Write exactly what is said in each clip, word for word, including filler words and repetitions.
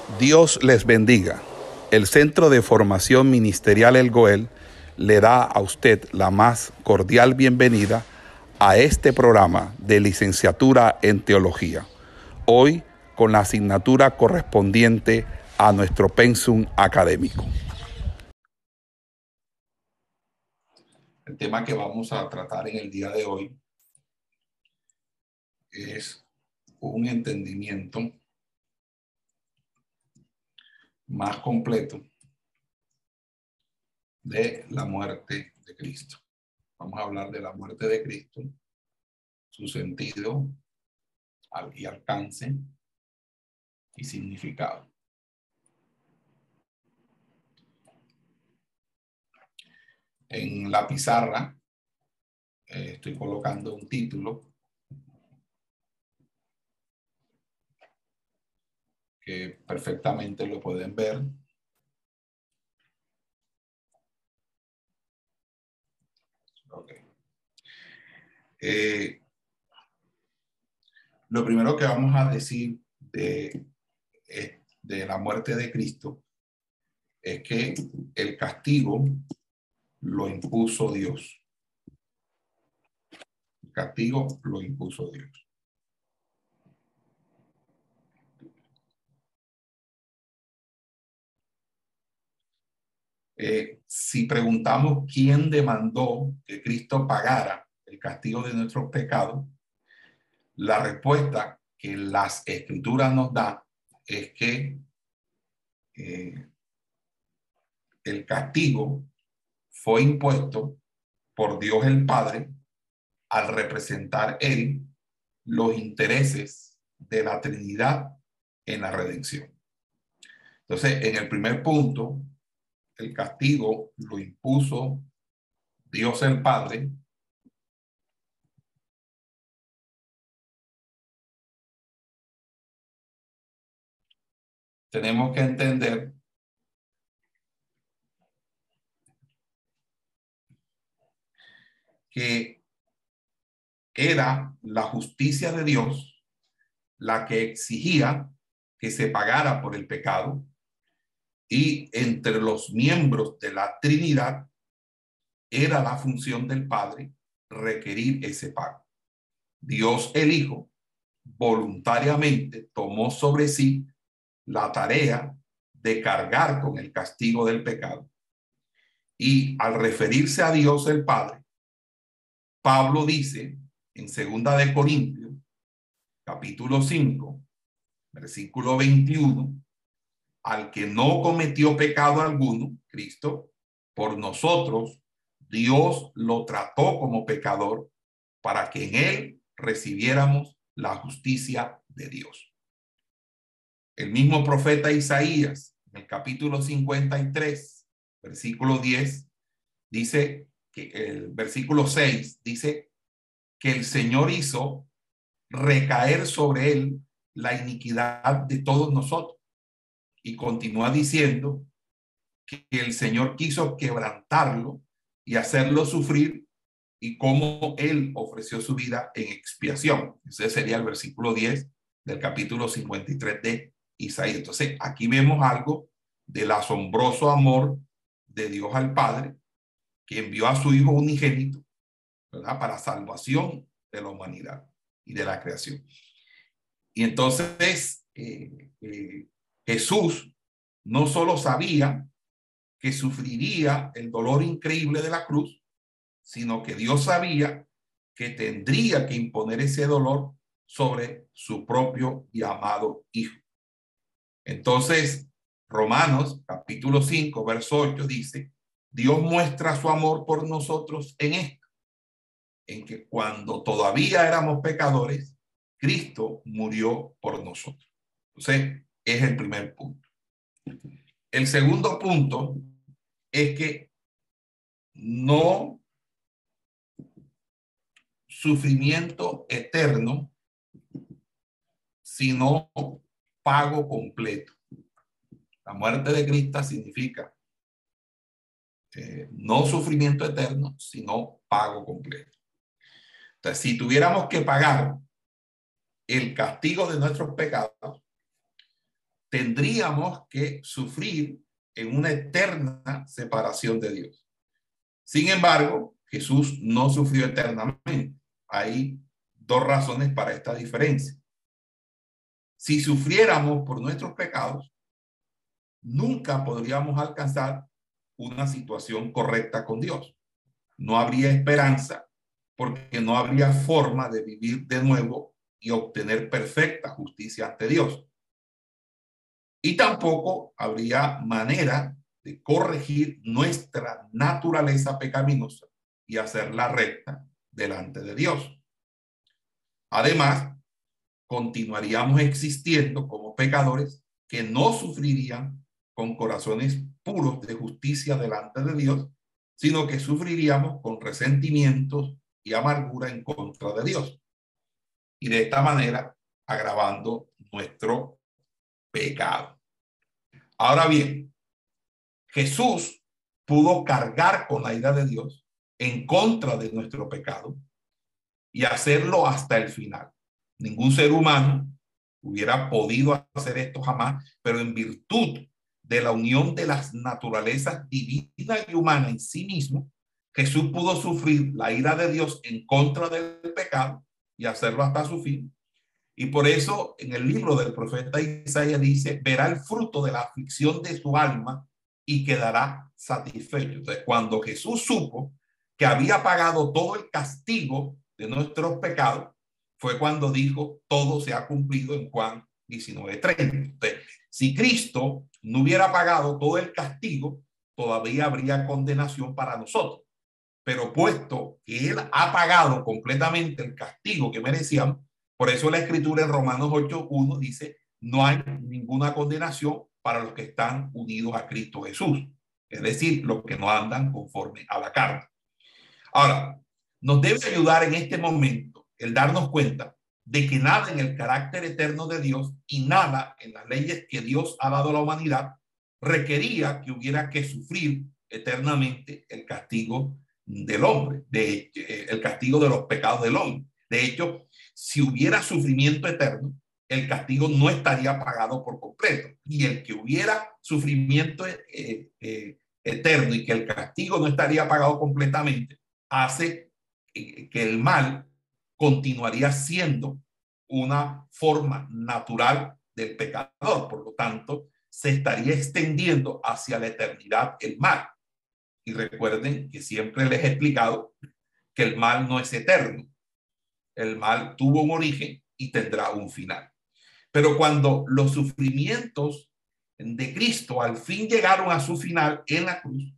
Dios les bendiga. El Centro de Formación Ministerial El Goel le da a usted la más cordial bienvenida a este programa de licenciatura en teología. Hoy con la asignatura correspondiente a nuestro pensum académico. El tema que vamos a tratar en el día de hoy es un entendimiento más completo de la muerte de Cristo. Vamos a hablar de la muerte de Cristo, su sentido y alcance y significado. En la pizarra eh, estoy colocando un título que perfectamente lo pueden ver. Okay. Eh, lo primero que vamos a decir de, de la muerte de Cristo es que el castigo lo impuso Dios. El castigo lo impuso Dios. Eh, si preguntamos quién demandó que Cristo pagara el castigo de nuestros pecados, la respuesta que las Escrituras nos da es que eh, el castigo fue impuesto por Dios el Padre al representar Él los intereses de la Trinidad en la redención. Entonces, en el primer punto, el castigo lo impuso Dios el Padre tenemos que entender que era la justicia de Dios la que exigía que se pagara por el pecado, y entre los miembros de la Trinidad era la función del Padre requerir ese pago. Dios el Hijo voluntariamente tomó sobre sí la tarea de cargar con el castigo del pecado, y al referirse a Dios el Padre, Pablo dice en segunda de Corintios, capítulo cinco, versículo veintiuno, al que no cometió pecado alguno, Cristo, por nosotros, Dios lo trató como pecador para que en él recibiéramos la justicia de Dios. El mismo profeta Isaías, en el capítulo cincuenta y tres, versículo diez, dice que el versículo seis dice que el Señor hizo recaer sobre él la iniquidad de todos nosotros. Y continúa diciendo que el Señor quiso quebrantarlo y hacerlo sufrir, y cómo él ofreció su vida en expiación. Ese sería el versículo diez del capítulo cincuenta y tres de Isaías. Entonces, aquí vemos algo del asombroso amor de Dios al Padre, que envió a su Hijo unigénito, ¿verdad?, para salvación de la humanidad y de la creación. Y entonces eh, eh, Jesús no solo sabía que sufriría el dolor increíble de la cruz, sino que Dios sabía que tendría que imponer ese dolor sobre su propio y amado Hijo. Entonces, Romanos capítulo cinco, verso ocho dice: Dios muestra su amor por nosotros en esto, en que cuando todavía éramos pecadores, Cristo murió por nosotros. Entonces, es el primer punto. El segundo punto es que no sufrimiento eterno, sino pago completo. La muerte de Cristo significa eh, no sufrimiento eterno, sino pago completo. Entonces, si tuviéramos que pagar el castigo de nuestros pecados, tendríamos que sufrir en una eterna separación de Dios. Sin embargo, Jesús no sufrió eternamente. Hay dos razones para esta diferencia. Si sufriéramos por nuestros pecados, nunca podríamos alcanzar una situación correcta con Dios. No habría esperanza porque no habría forma de vivir de nuevo y obtener perfecta justicia ante Dios. Y tampoco habría manera de corregir nuestra naturaleza pecaminosa y hacerla recta delante de Dios. Además, continuaríamos existiendo como pecadores que no sufrirían con corazones puros de justicia delante de Dios, sino que sufriríamos con resentimientos y amargura en contra de Dios. Y de esta manera agravando nuestro pecado. Ahora bien, Jesús pudo cargar con la ira de Dios en contra de nuestro pecado y hacerlo hasta el final. Ningún ser humano hubiera podido hacer esto jamás, pero en virtud de la unión de las naturalezas divina y humana en sí mismo, Jesús pudo sufrir la ira de Dios en contra del pecado y hacerlo hasta su fin. Y por eso en el libro del profeta Isaías dice, verá el fruto de la aflicción de su alma y quedará satisfecho. Entonces, cuando Jesús supo que había pagado todo el castigo de nuestros pecados, fue cuando dijo, todo se ha cumplido en Juan diecinueve treinta. Entonces, si Cristo no hubiera pagado todo el castigo, todavía habría condenación para nosotros. Pero puesto que Él ha pagado completamente el castigo que merecíamos, por eso la Escritura en Romanos ocho uno dice, no hay ninguna condenación para los que están unidos a Cristo Jesús. Es decir, los que no andan conforme a la carne. Ahora, nos debe ayudar en este momento el darnos cuenta de que nada en el carácter eterno de Dios y nada en las leyes que Dios ha dado a la humanidad requería que hubiera que sufrir eternamente el castigo del hombre, de, el castigo de los pecados del hombre. De hecho, si hubiera sufrimiento eterno, el castigo no estaría pagado por completo. Y el que hubiera sufrimiento eh, eh, eterno y que el castigo no estaría pagado completamente, hace que el mal continuaría siendo una forma natural del pecador. Por lo tanto, se estaría extendiendo hacia la eternidad el mal. Y recuerden que siempre les he explicado que el mal no es eterno. El mal tuvo un origen y tendrá un final. Pero cuando los sufrimientos de Cristo al fin llegaron a su final en la cruz,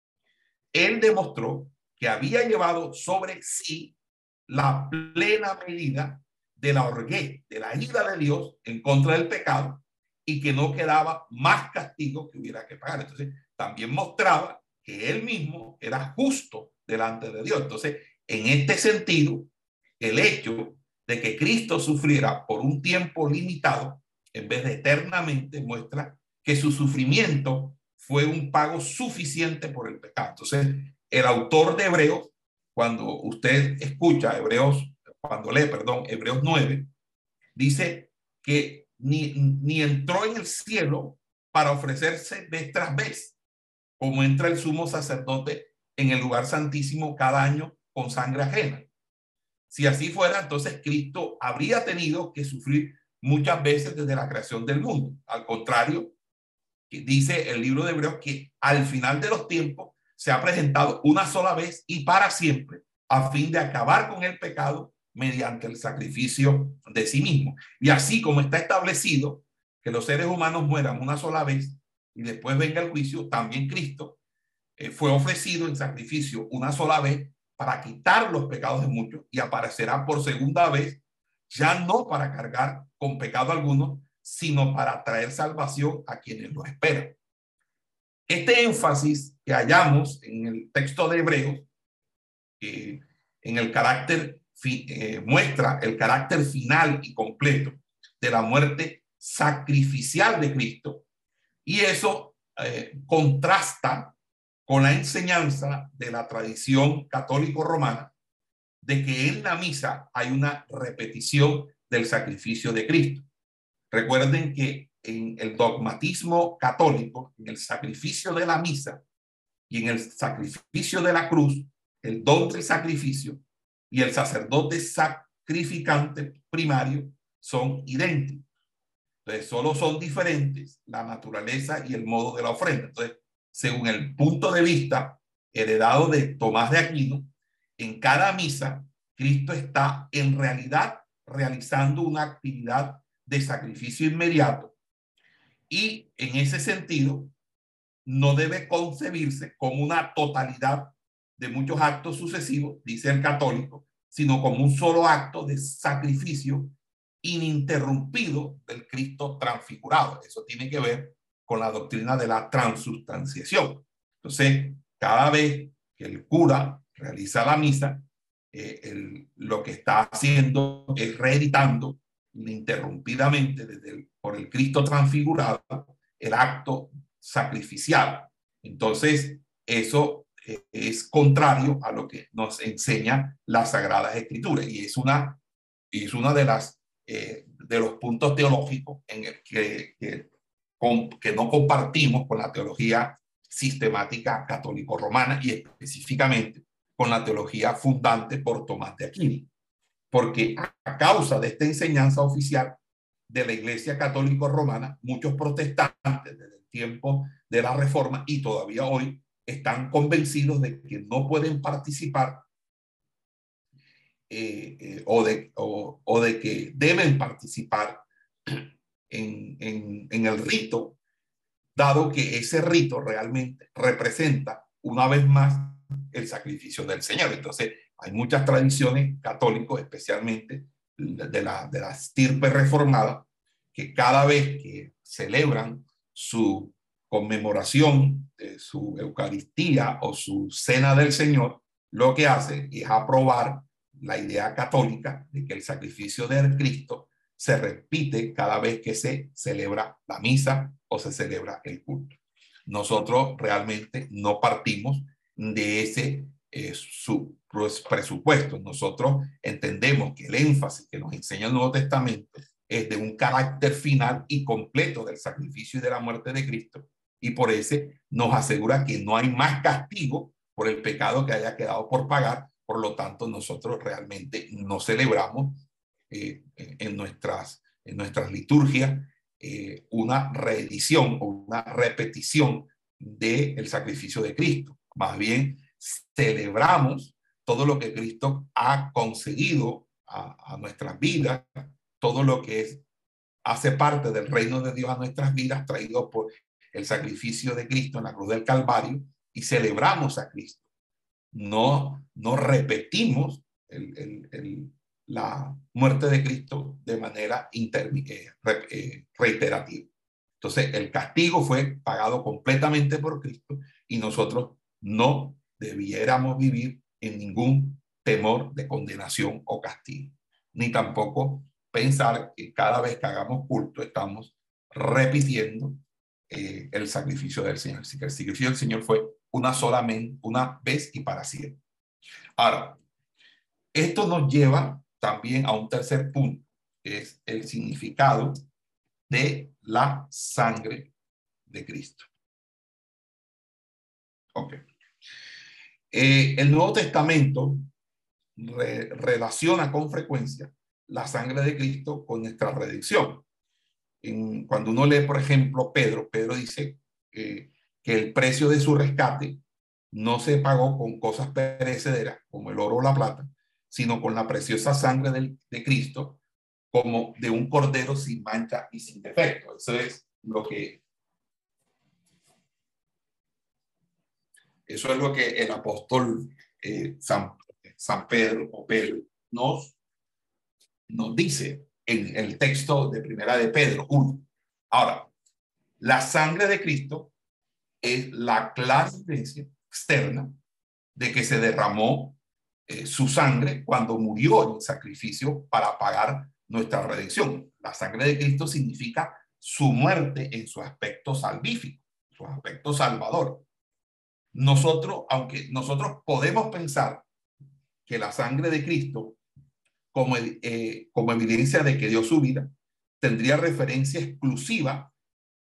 Él demostró que había llevado sobre sí la plena medida de la orguez, de la ira de Dios en contra del pecado y que no quedaba más castigo que hubiera que pagar. Entonces, también mostraba que Él mismo era justo delante de Dios. Entonces, en este sentido, el hecho de que Cristo sufriera por un tiempo limitado en vez de eternamente muestra que su sufrimiento fue un pago suficiente por el pecado. Entonces, el autor de Hebreos, cuando usted escucha Hebreos, cuando lee, perdón, Hebreos nueve, dice que ni, ni entró en el cielo para ofrecerse vez tras vez, como entra el sumo sacerdote en el lugar santísimo cada año con sangre ajena. Si así fuera, entonces Cristo habría tenido que sufrir muchas veces desde la creación del mundo. Al contrario, dice el libro de Hebreos que al final de los tiempos se ha presentado una sola vez y para siempre a fin de acabar con el pecado mediante el sacrificio de sí mismo. Y así como está establecido que los seres humanos mueran una sola vez y después venga el juicio, también Cristo eh, fue ofrecido en sacrificio una sola vez para quitar los pecados de muchos y aparecerá por segunda vez, ya no para cargar con pecado alguno, sino para traer salvación a quienes lo esperan. Este énfasis que hallamos en el texto de Hebreos, eh, en el carácter, eh, muestra el carácter final y completo de la muerte sacrificial de Cristo, y eso eh, contrasta con la enseñanza de la tradición católico-romana de que en la misa hay una repetición del sacrificio de Cristo. Recuerden que en el dogmatismo católico, en el sacrificio de la misa y en el sacrificio de la cruz, el don del sacrificio y el sacerdote sacrificante primario son idénticos. Entonces, solo son diferentes la naturaleza y el modo de la ofrenda. Entonces, según el punto de vista heredado de Tomás de Aquino, en cada misa, Cristo está en realidad realizando una actividad de sacrificio inmediato y en ese sentido no debe concebirse como una totalidad de muchos actos sucesivos, dice el católico, sino como un solo acto de sacrificio ininterrumpido del Cristo transfigurado. Eso tiene que ver con la doctrina de la transubstanciación. Entonces, cada vez que el cura realiza la misa, eh, el, lo que está haciendo es reeditando ininterrumpidamente desde el, por el Cristo transfigurado el acto sacrificial. Entonces, eso eh, es contrario a lo que nos enseña las Sagradas Escrituras y es una, es una de las eh, de los puntos teológicos en el que, que, con, que no compartimos con la teología sistemática católico-romana y específicamente con la teología fundante por Tomás de Aquino, porque a causa de esta enseñanza oficial de la Iglesia Católico-Romana, muchos protestantes desde el tiempo de la Reforma y todavía hoy están convencidos de que no pueden participar eh, eh, o, de, o, o de que deben participar en, en, en el rito, dado que ese rito realmente representa una vez más el sacrificio del Señor. Entonces, hay muchas tradiciones católicas, especialmente de la, de la estirpe reformada, que cada vez que celebran su conmemoración de su Eucaristía o su Cena del Señor, lo que hacen es aprobar la idea católica de que el sacrificio de Cristo se repite cada vez que se celebra la misa o se celebra el culto. Nosotros realmente no partimos de ese eh, su presupuesto. Nosotros entendemos que el énfasis que nos enseña el Nuevo Testamento es de un carácter final y completo del sacrificio y de la muerte de Cristo, y por eso nos asegura que no hay más castigo por el pecado que haya quedado por pagar. Por lo tanto, nosotros realmente no celebramos eh, en, nuestras, en nuestras liturgias eh, una reedición o una repetición del sacrificio de Cristo. Más bien, celebramos todo lo que Cristo ha conseguido a, a nuestras vidas, todo lo que es, hace parte del reino de Dios a nuestras vidas, traído por el sacrificio de Cristo en la cruz del Calvario, y celebramos a Cristo. No, no repetimos el, el, el, la muerte de Cristo de manera inter, eh, re, eh, reiterativa. Entonces, el castigo fue pagado completamente por Cristo y nosotros no debiéramos vivir en ningún temor de condenación o castigo, ni tampoco pensar que cada vez que hagamos culto estamos repitiendo eh, el sacrificio del Señor. Así que el sacrificio del Señor fue una solamente, una vez y para siempre. Ahora, esto nos lleva también a un tercer punto, que es el significado de la sangre de Cristo. Ok. Eh, el Nuevo Testamento re relaciona con frecuencia la sangre de Cristo con nuestra redención. En, cuando uno lee, por ejemplo, Pedro, Pedro dice eh, que el precio de su rescate no se pagó con cosas perecederas como el oro o la plata, sino con la preciosa sangre del, de Cristo, como de un cordero sin mancha y sin defecto. Eso es lo que eso es lo que el apóstol eh, San, San Pedro o Pedro nos, nos dice en el texto de Primera de Pedro uno. Ahora, la sangre de Cristo es la clara evidencia externa de que se derramó eh, su sangre cuando murió en el sacrificio para pagar nuestra redención. La sangre de Cristo significa su muerte en su aspecto salvífico, su aspecto salvador. Nosotros, aunque nosotros podemos pensar que la sangre de Cristo, como, eh, como evidencia de que dio su vida, tendría referencia exclusiva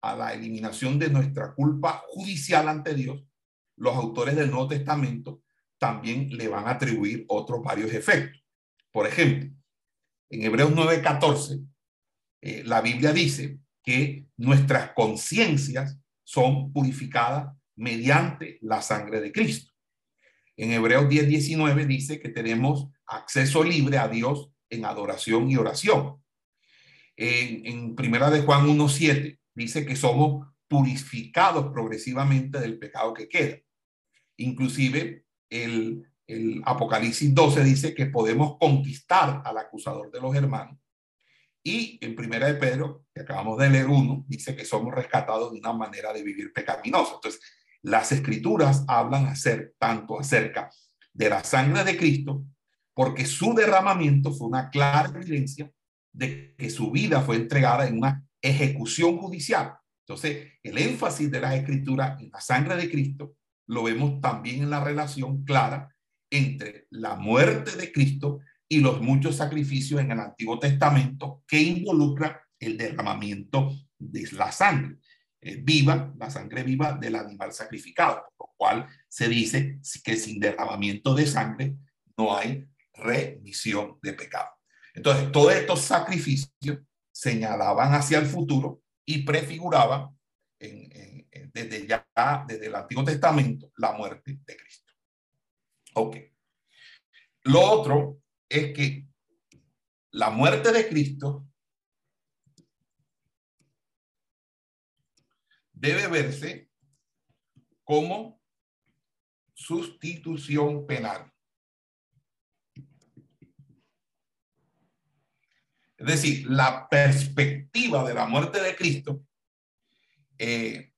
a la eliminación de nuestra culpa judicial ante Dios, los autores del Nuevo Testamento también le van a atribuir otros varios efectos. Por ejemplo, en Hebreos nueve catorce, eh, la Biblia dice que nuestras conciencias son purificadas mediante la sangre de Cristo. En Hebreos diez diecinueve dice que tenemos acceso libre a Dios en adoración y oración. En, en Primera de Juan uno siete dice que somos purificados progresivamente del pecado que queda. Inclusive el, el Apocalipsis doce dice que podemos conquistar al acusador de los hermanos. Y en Primera de Pedro, que acabamos de leer uno, dice que somos rescatados de una manera de vivir pecaminosa. Entonces, las escrituras hablan acer, tanto acerca de la sangre de Cristo, porque su derramamiento fue una clara evidencia de que su vida fue entregada en una ejecución judicial. Entonces, el énfasis de las escrituras en la sangre de Cristo lo vemos también en la relación clara entre la muerte de Cristo y los muchos sacrificios en el Antiguo Testamento que involucran el derramamiento de la sangre eh, viva, la sangre viva del animal sacrificado, por lo cual se dice que sin derramamiento de sangre no hay remisión de pecado. Entonces, todos estos sacrificios señalaban hacia el futuro y prefiguraban en, en, en, desde ya, desde el Antiguo Testamento, la muerte de Cristo. Ok. Lo otro es que la muerte de Cristo debe verse como sustitución penal. Es decir, la perspectiva de la muerte de Cristo eh,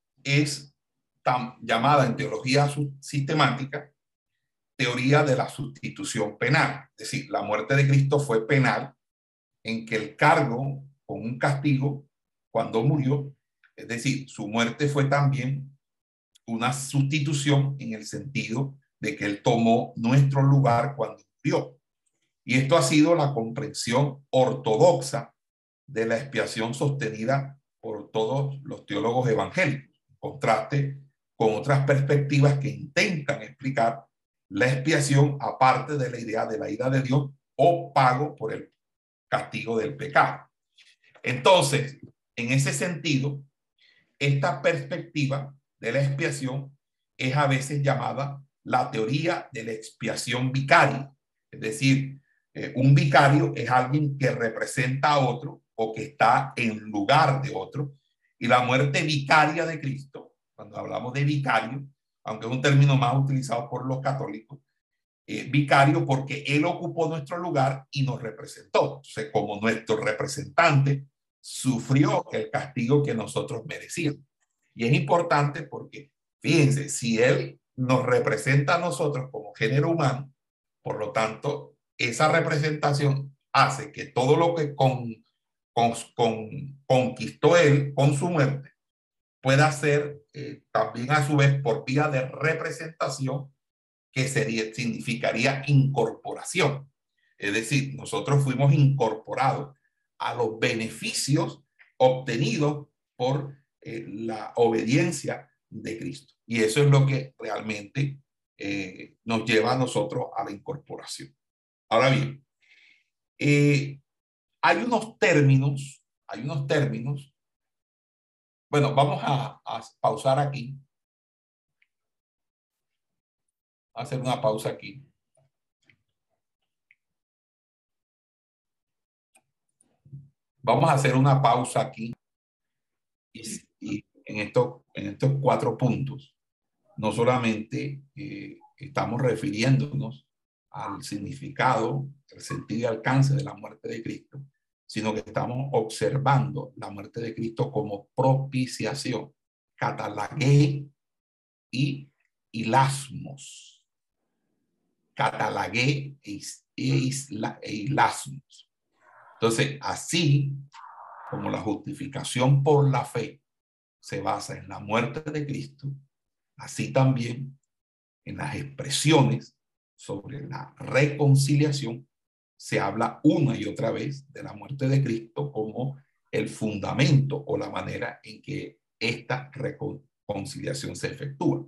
es tan llamada en teología sistemática teoría de la sustitución penal. Es decir, la muerte de Cristo fue penal en que el cargo con un castigo cuando murió, es decir, su muerte fue también una sustitución en el sentido de que él tomó nuestro lugar cuando murió. Y esto ha sido la comprensión ortodoxa de la expiación sostenida por todos los teólogos evangélicos, en contraste con otras perspectivas que intentan explicar la expiación aparte de la idea de la ira de Dios o pago por el castigo del pecado. Entonces, en ese sentido, esta perspectiva de la expiación es a veces llamada la teoría de la expiación vicaria. Es decir, eh, un vicario es alguien que representa a otro o que está en lugar de otro. Y la muerte vicaria de Cristo, cuando hablamos de vicario, aunque es un término más utilizado por los católicos, eh, vicario porque él ocupó nuestro lugar y nos representó. Entonces, como nuestro representante sufrió el castigo que nosotros merecíamos. Y es importante porque, fíjense, si él nos representa a nosotros como género humano, por lo tanto, esa representación hace que todo lo que con, con, con, conquistó él con su muerte pueda ser eh, también a su vez por vía de representación, que sería, significaría incorporación. Es decir, nosotros fuimos incorporados a los beneficios obtenidos por eh, la obediencia de Cristo. Y eso es lo que realmente eh, nos lleva a nosotros a la incorporación. Ahora bien, eh, hay unos términos, hay unos términos. Bueno, vamos a, a pausar aquí. Hacer una pausa aquí. Vamos a hacer una pausa aquí. Y, y en, esto, en estos cuatro puntos, no solamente eh, estamos refiriéndonos al significado, el sentido y alcance de la muerte de Cristo, sino que estamos observando la muerte de Cristo como propiciación, catalagué y hilasmos. Catalagué e, isla, e hilasmos. Entonces, así como la justificación por la fe se basa en la muerte de Cristo, así también en las expresiones sobre la reconciliación se habla una y otra vez de la muerte de Cristo como el fundamento o la manera en que esta reconciliación se efectúa.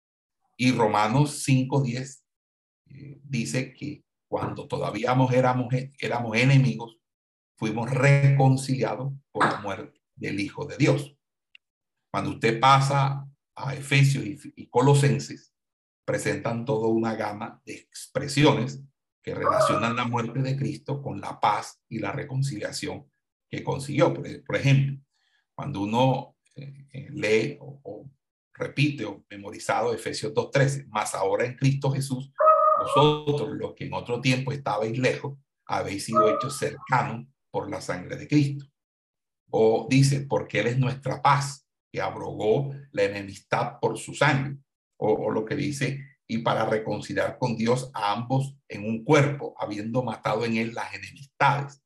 Y Romanos cinco diez eh, dice que cuando todavía éramos, éramos enemigos, fuimos reconciliados por la muerte del Hijo de Dios. Cuando usted pasa a Efesios y, y Colosenses, presentan toda una gama de expresiones que relacionan la muerte de Cristo con la paz y la reconciliación que consiguió. Por, por ejemplo, cuando uno eh, lee o, o repite o memorizado Efesios dos trece, más ahora en Cristo Jesús, vosotros los que en otro tiempo estabais lejos, habéis sido hechos cercanos por la sangre de Cristo. O dice, porque Él es nuestra paz, que abrogó la enemistad por su sangre. O, o lo que dice, y para reconciliar con Dios a ambos en un cuerpo, habiendo matado en Él las enemistades.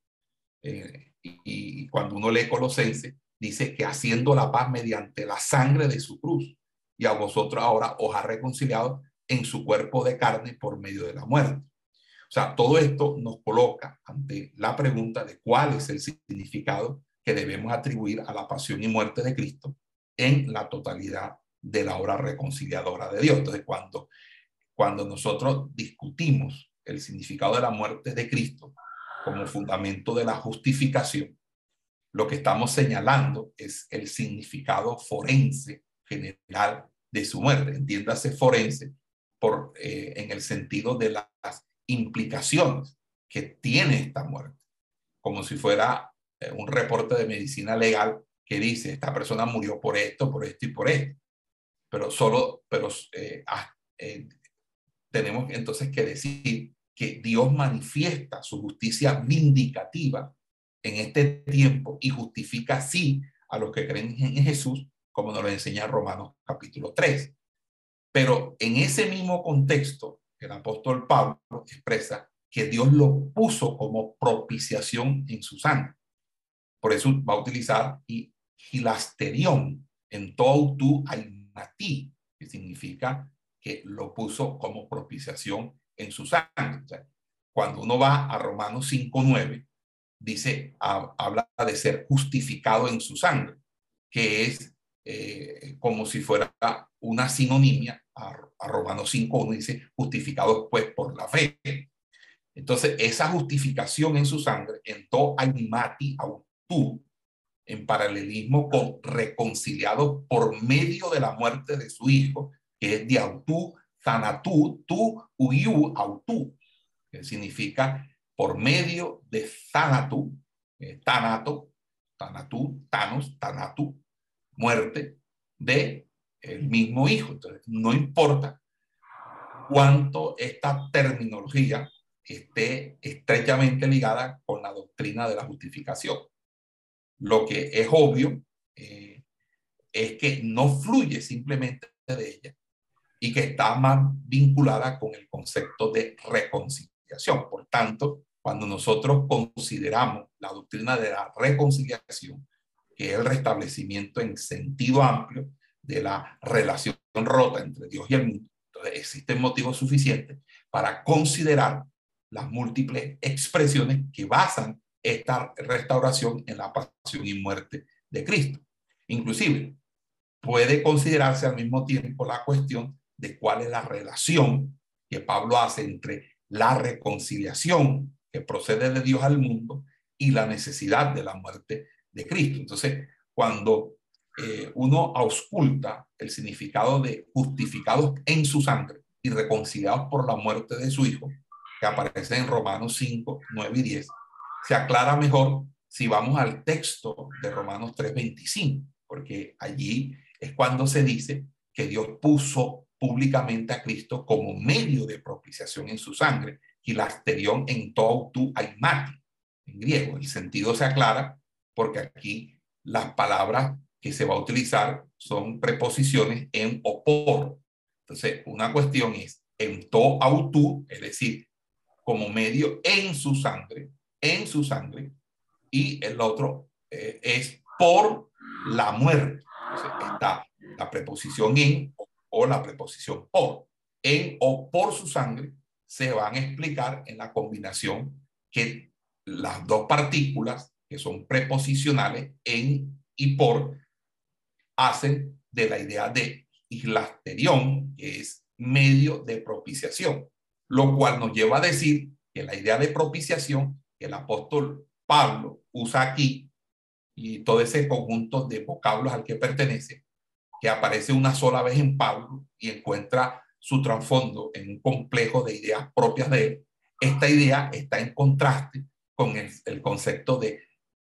Eh, y, y cuando uno lee Colosenses, dice que haciendo la paz mediante la sangre de su cruz, y a vosotros ahora os ha reconciliado en su cuerpo de carne por medio de la muerte. O sea, todo esto nos coloca ante la pregunta de cuál es el significado que debemos atribuir a la pasión y muerte de Cristo en la totalidad de la obra reconciliadora de Dios. Entonces, cuando, cuando nosotros discutimos el significado de la muerte de Cristo como fundamento de la justificación, lo que estamos señalando es el significado forense general de su muerte. Entiéndase forense por, eh, en el sentido de las implicaciones que tiene esta muerte, como si fuera eh, un reporte de medicina legal que dice esta persona murió por esto, por esto y por esto, pero solo, pero eh, eh, tenemos entonces que decir que Dios manifiesta su justicia vindicativa en este tiempo y justifica así a los que creen en Jesús, como nos lo enseña Romanos capítulo tres. Pero en ese mismo contexto, el apóstol Pablo expresa que Dios lo puso como propiciación en su sangre. Por eso va a utilizar y hilasterión en todo tu aimatí, que significa que lo puso como propiciación en su sangre. O sea, cuando uno va a Romanos cinco nueve, dice, a, habla de ser justificado en su sangre, que es eh, como si fuera una sinonimia a, a Romanos cinco uno, dice, justificado pues por la fe. Entonces, esa justificación en su sangre, en to aimati autú, en paralelismo con reconciliado por medio de la muerte de su hijo, que es de autú, zanatú, tú, uiu, autú, que significa por medio de zanatú, eh, tanato, tanatú, tanos, tanatú, muerte de el mismo hijo. Entonces, no importa cuánto esta terminología esté estrechamente ligada con la doctrina de la justificación. Lo que es obvio eh, es que no fluye simplemente de ella y que está más vinculada con el concepto de reconciliación. Por tanto, cuando nosotros consideramos la doctrina de la reconciliación, que es el restablecimiento en sentido amplio de la relación rota entre Dios y el mundo, entonces existen motivos suficientes para considerar las múltiples expresiones que basan esta restauración en la pasión y muerte de Cristo. Inclusive, puede considerarse al mismo tiempo la cuestión de cuál es la relación que Pablo hace entre la reconciliación que procede de Dios al mundo y la necesidad de la muerte de Cristo. Entonces, cuando eh, uno ausculta el significado de justificados en su sangre y reconciliados por la muerte de su Hijo, que aparece en Romanos cinco, nueve y diez, se aclara mejor si vamos al texto de Romanos tres veinticinco, porque allí es cuando se dice que Dios puso públicamente a Cristo como medio de propiciación en su sangre, y la asterión en tou tu aimati, en griego. El sentido se aclara porque aquí las palabras que se va a utilizar son preposiciones en o por. Entonces, una cuestión es en to autu, es decir, como medio en su sangre, en su sangre, y el otro eh, es por la muerte. Entonces, está la preposición en o, o la preposición por. En o por su sangre se van a explicar en la combinación que las dos partículas que son preposicionales, en y por, hacen de la idea de hilasterión, que es medio de propiciación, lo cual nos lleva a decir que la idea de propiciación que el apóstol Pablo usa aquí y todo ese conjunto de vocablos al que pertenece, que aparece una sola vez en Pablo y encuentra su trasfondo en un complejo de ideas propias de él, esta idea está en contraste con el, el concepto de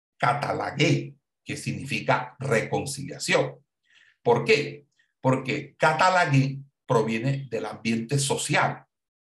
catalagué, que significa reconciliación. ¿Por qué? Porque catalagué proviene del ambiente social,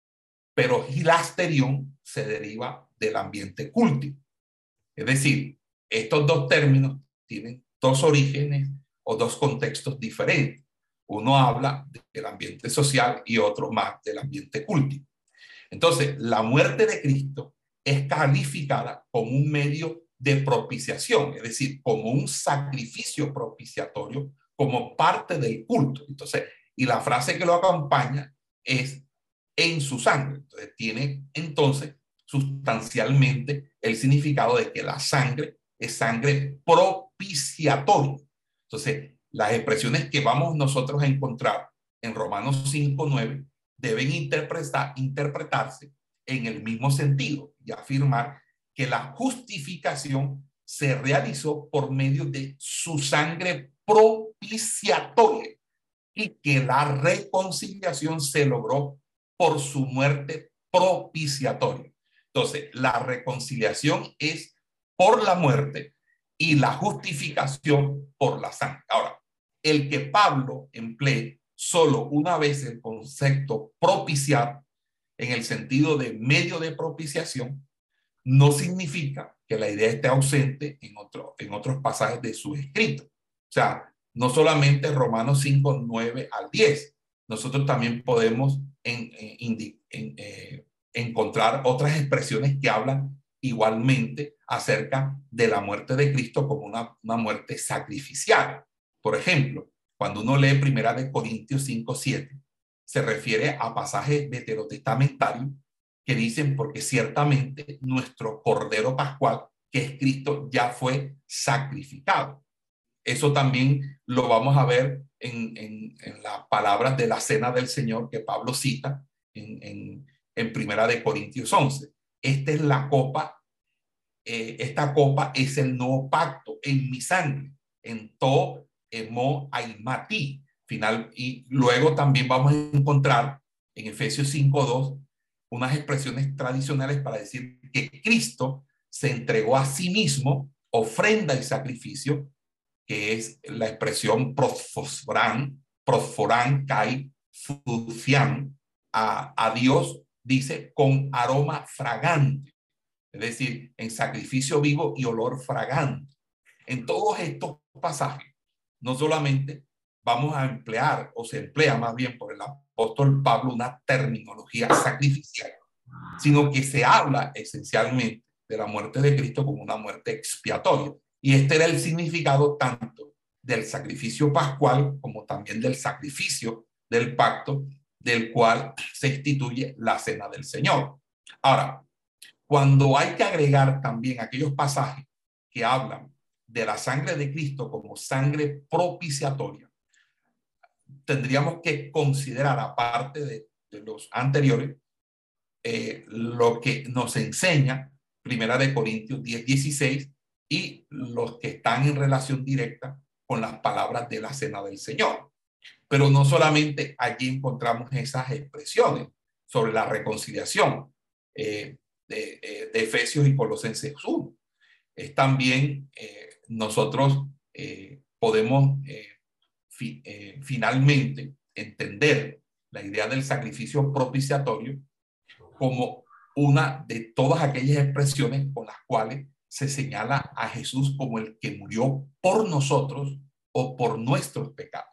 pero hilasterión se deriva del ambiente cultivo. Es decir, estos dos términos tienen dos orígenes o dos contextos diferentes. Uno habla del ambiente social y otro más del ambiente cultivo. Entonces, la muerte de Cristo es calificada como un medio de propiciación, es decir, como un sacrificio propiciatorio, como parte del culto. Entonces, y la frase que lo acompaña es en su sangre. Entonces, tiene entonces sustancialmente el significado de que la sangre es sangre propiciatoria. Entonces, las expresiones que vamos nosotros a encontrar en Romanos cinco nueve deben interpretar, interpretarse en el mismo sentido y afirmar que la justificación se realizó por medio de su sangre propiciatoria y que la reconciliación se logró por su muerte propiciatoria. Entonces, la reconciliación es por la muerte y la justificación por la sangre. Ahora, el que Pablo emplee solo una vez el concepto propiciar en el sentido de medio de propiciación no significa que la idea esté ausente en, otro, en otros pasajes de su escrito. O sea, no solamente Romanos cinco, nueve al diez. Nosotros también podemos en, en, en, eh, encontrar otras expresiones que hablan igualmente acerca de la muerte de Cristo como una, una muerte sacrificial. Por ejemplo, cuando uno lee Primera de Corintios cinco, siete, se refiere a pasajes veterotestamentarios que dicen porque ciertamente nuestro Cordero Pascual, que es Cristo, ya fue sacrificado. Eso también lo vamos a ver en, en, en las palabras de la cena del Señor que Pablo cita en, en, en Primera de Corintios once. Esta es la copa, eh, esta copa es el nuevo pacto en mi sangre, en to emo aimati. Final, y luego también vamos a encontrar en Efesios cinco dos unas expresiones tradicionales para decir que Cristo se entregó a sí mismo, ofrenda y sacrificio, que es la expresión prosforan, prosforan kai fufian, a, a Dios, dice, con aroma fragante, es decir, en sacrificio vivo y olor fragante. En todos estos pasajes, no solamente vamos a emplear, o se emplea más bien por el apóstol Pablo, una terminología sacrificial, sino que se habla esencialmente de la muerte de Cristo como una muerte expiatoria. Y este era el significado tanto del sacrificio pascual como también del sacrificio del pacto, del cual se instituye la cena del Señor. Ahora, cuando hay que agregar también aquellos pasajes que hablan de la sangre de Cristo como sangre propiciatoria, tendríamos que considerar, aparte de, de los anteriores, eh, lo que nos enseña Primera de Corintios diez, dieciséis y los que están en relación directa con las palabras de la cena del Señor. Pero no solamente allí encontramos esas expresiones sobre la reconciliación eh, de, eh, de Efesios y Colosenses uno. Es también eh, nosotros eh, podemos eh, fi, eh, finalmente entender la idea del sacrificio propiciatorio como una de todas aquellas expresiones con las cuales se señala a Jesús como el que murió por nosotros o por nuestros pecados.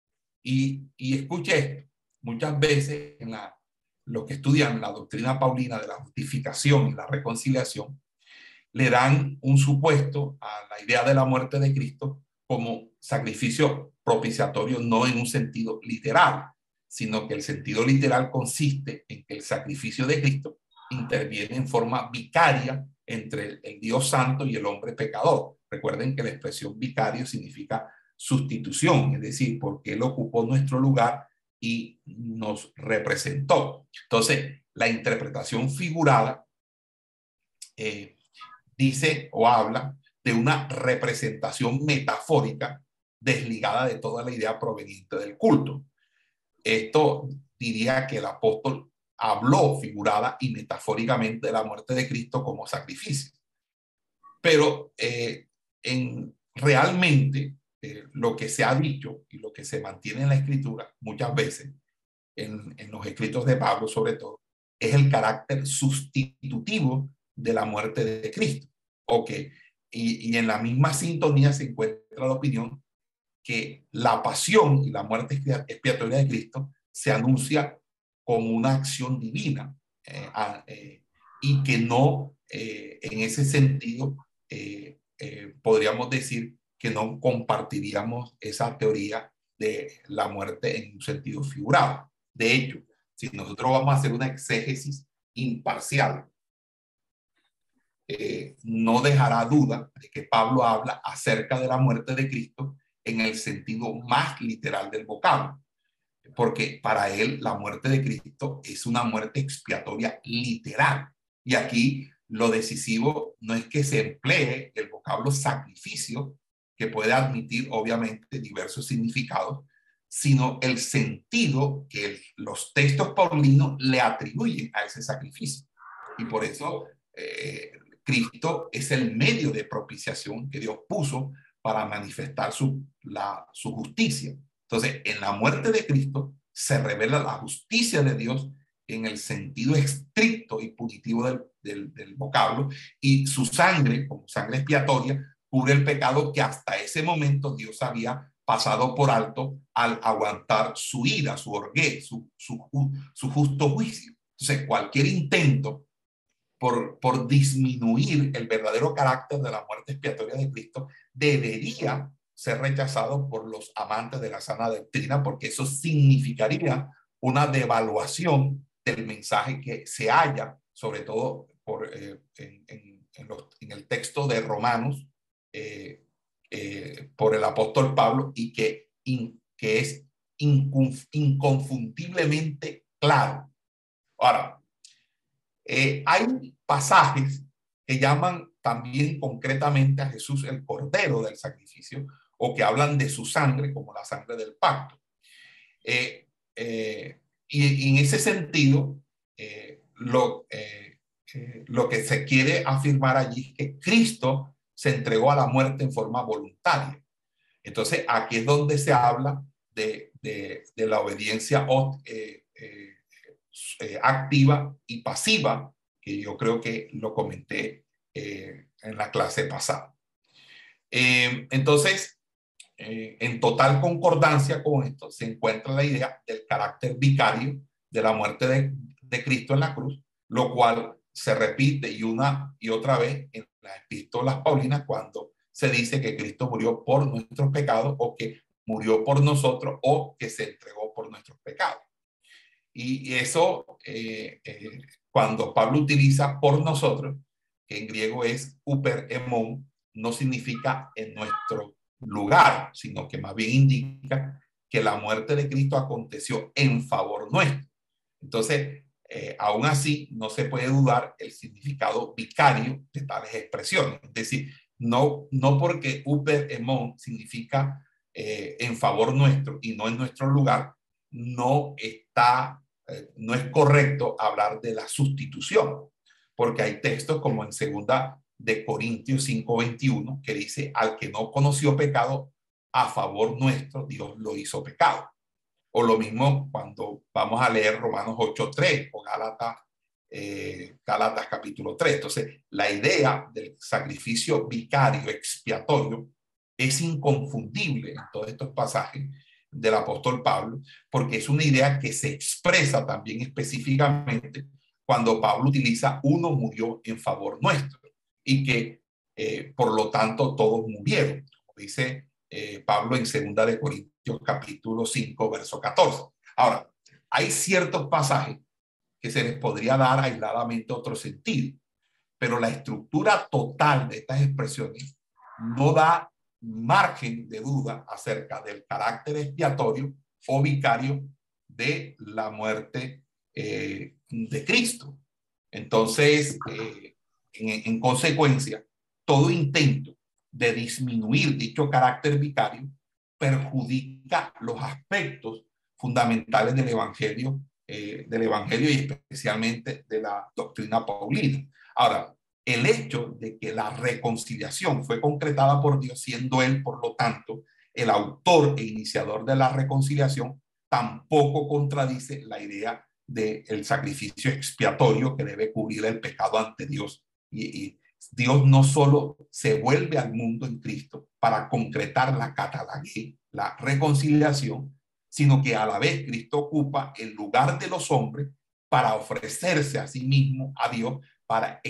Y, y escuche esto, muchas veces en la, los que estudian la doctrina paulina de la justificación y la reconciliación, le dan un supuesto a la idea de la muerte de Cristo como sacrificio propiciatorio, no en un sentido literal, sino que el sentido literal consiste en que el sacrificio de Cristo interviene en forma vicaria entre el, el Dios santo y el hombre pecador. Recuerden que la expresión vicario significa sustitución, es decir, porque Él ocupó nuestro lugar y nos representó. Entonces, la interpretación figurada eh, dice o habla de una representación metafórica desligada de toda la idea proveniente del culto. Esto diría que el apóstol habló figurada y metafóricamente de la muerte de Cristo como sacrificio. Pero eh, en, realmente eh, lo que se ha dicho y lo que se mantiene en la escritura muchas veces, en, en los escritos de Pablo sobre todo, es el carácter sustitutivo de la muerte de Cristo. Okay. Y, y en la misma sintonía se encuentra la opinión que la pasión y la muerte expiatoria de Cristo se anuncia como una acción divina eh, eh, y que no, eh, en ese sentido, eh, eh, podríamos decir que no compartiríamos esa teoría de la muerte en un sentido figurado. De hecho, si nosotros vamos a hacer una exégesis imparcial, eh, no dejará duda de que Pablo habla acerca de la muerte de Cristo en el sentido más literal del vocablo, porque para él la muerte de Cristo es una muerte expiatoria literal. Y aquí lo decisivo no es que se emplee el vocablo sacrificio, que puede admitir obviamente diversos significados, sino el sentido que el, los textos paulinos le atribuyen a ese sacrificio. Y por eso eh, Cristo es el medio de propiciación que Dios puso para manifestar su, la, su justicia. Entonces, en la muerte de Cristo se revela la justicia de Dios en el sentido estricto y punitivo del, del, del vocablo, y su sangre, como sangre expiatoria, cubre el pecado que hasta ese momento Dios había pasado por alto al aguantar su ira, su orgué, su, su, su justo juicio. Entonces, cualquier intento por, por disminuir el verdadero carácter de la muerte expiatoria de Cristo debería ser rechazado por los amantes de la sana doctrina, porque eso significaría una devaluación del mensaje que se halla, sobre todo por, eh, en, en, en, los, en el texto de Romanos, eh, eh, por el apóstol Pablo, y que, in, que es inconf, inconfundiblemente claro. Ahora, eh, hay pasajes que llaman también concretamente a Jesús el Cordero del Sacrificio, o que hablan de su sangre como la sangre del pacto. Eh, eh, y, y en ese sentido, eh, lo, eh, eh, lo que se quiere afirmar allí es que Cristo se entregó a la muerte en forma voluntaria. Entonces, aquí es donde se habla de, de, de la obediencia eh, eh, eh, activa y pasiva, que yo creo que lo comenté eh, en la clase pasada. Eh, entonces, eh, en total concordancia con esto, se encuentra la idea del carácter vicario de la muerte de, de Cristo en la cruz, lo cual se repite y una y otra vez en las epístolas paulinas cuando se dice que Cristo murió por nuestros pecados, o que murió por nosotros, o que se entregó por nuestros pecados. Y eso, eh, eh, cuando Pablo utiliza por nosotros, que en griego es uper emon, no significa en nuestro lugar, sino que más bien indica que la muerte de Cristo aconteció en favor nuestro. Entonces, eh, aún así, no se puede dudar el significado vicario de tales expresiones. Es decir, no, no porque uper emon significa eh, en favor nuestro y no en nuestro lugar, no está, eh, no es correcto hablar de la sustitución, porque hay textos como en segunda de Corintios cinco veintiuno que dice: al que no conoció pecado, a favor nuestro Dios lo hizo pecado. O lo mismo cuando vamos a leer Romanos ocho tres o Gálatas, eh, Gálatas capítulo tres. Entonces, la idea del sacrificio vicario expiatorio es inconfundible en todos estos pasajes del apóstol Pablo, porque es una idea que se expresa también específicamente cuando Pablo utiliza uno murió en favor nuestro, y que eh, por lo tanto todos murieron, como dice eh, Pablo en segunda de Corintios capítulo cinco verso catorce. Ahora, hay ciertos pasajes que se les podría dar aisladamente otro sentido, pero la estructura total de estas expresiones no da margen de duda acerca del carácter expiatorio o vicario de la muerte eh, de Cristo. Entonces, eh, en, en consecuencia, todo intento de disminuir dicho carácter vicario perjudica los aspectos fundamentales del evangelio, eh, del evangelio y especialmente de la doctrina paulina. Ahora, el hecho de que la reconciliación fue concretada por Dios, siendo Él, por lo tanto, el autor e iniciador de la reconciliación, tampoco contradice la idea del sacrificio expiatorio que debe cubrir el pecado ante Dios. Y, y Dios no solo se vuelve al mundo en Cristo para concretar la catalagué, la reconciliación, sino que a la vez Cristo ocupa el lugar de los hombres para ofrecerse a sí mismo a Dios para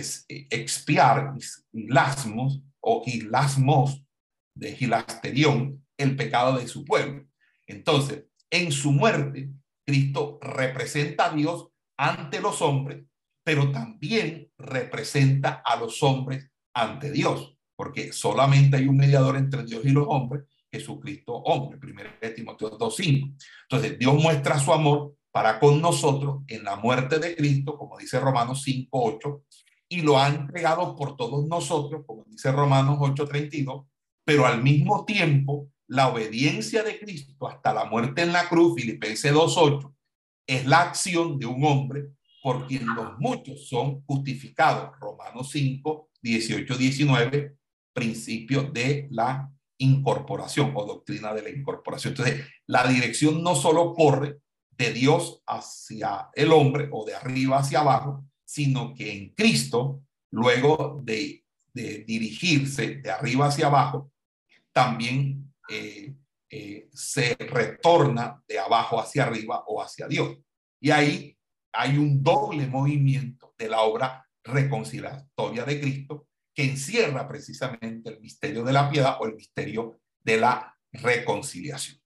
expiar hilasmos o hilasmos de hilasterión el pecado de su pueblo. Entonces, en su muerte, Cristo representa a Dios ante los hombres, pero también representa a los hombres ante Dios, porque solamente hay un mediador entre Dios y los hombres, Jesucristo hombre, primero de Timoteo dos cinco. Entonces, Dios muestra su amor para con nosotros en la muerte de Cristo, como dice Romanos cinco ocho, y lo ha entregado por todos nosotros, como dice Romanos ocho treinta y dos, pero al mismo tiempo, la obediencia de Cristo hasta la muerte en la cruz, Filipenses dos ocho, es la acción de un hombre por quien los muchos son justificados, Romanos cinco dieciocho diecinueve, principio de la incorporación o doctrina de la incorporación. Entonces, la dirección no solo corre de Dios hacia el hombre o de arriba hacia abajo, sino que en Cristo, luego de, de dirigirse de arriba hacia abajo, también eh, eh, se retorna de abajo hacia arriba o hacia Dios. Y ahí hay un doble movimiento de la obra reconciliatoria de Cristo que encierra precisamente el misterio de la piedad o el misterio de la reconciliación.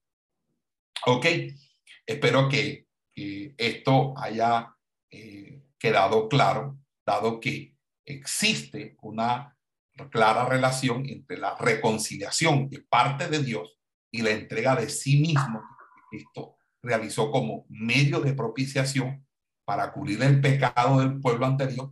Ok. Espero que, que esto haya eh, quedado claro, dado que existe una clara relación entre la reconciliación que parte de Dios y la entrega de sí mismo que Cristo realizó como medio de propiciación para cubrir el pecado del pueblo ante Dios,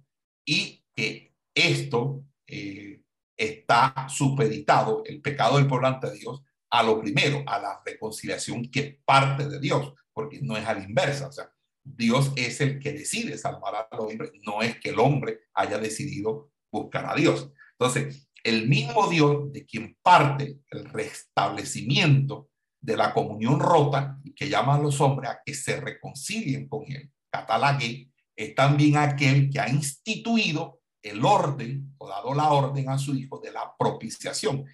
y que esto eh, está supeditado, el pecado del pueblo ante Dios, a lo primero, a la reconciliación que parte de Dios, porque no es a la inversa. O sea, Dios es el que decide salvar a los hombres, no es que el hombre haya decidido buscar a Dios. Entonces, el mismo Dios de quien parte el restablecimiento de la comunión rota y que llama a los hombres a que se reconcilien con él, catalague, es también aquel que ha instituido el orden o dado la orden a su hijo de la propiciación,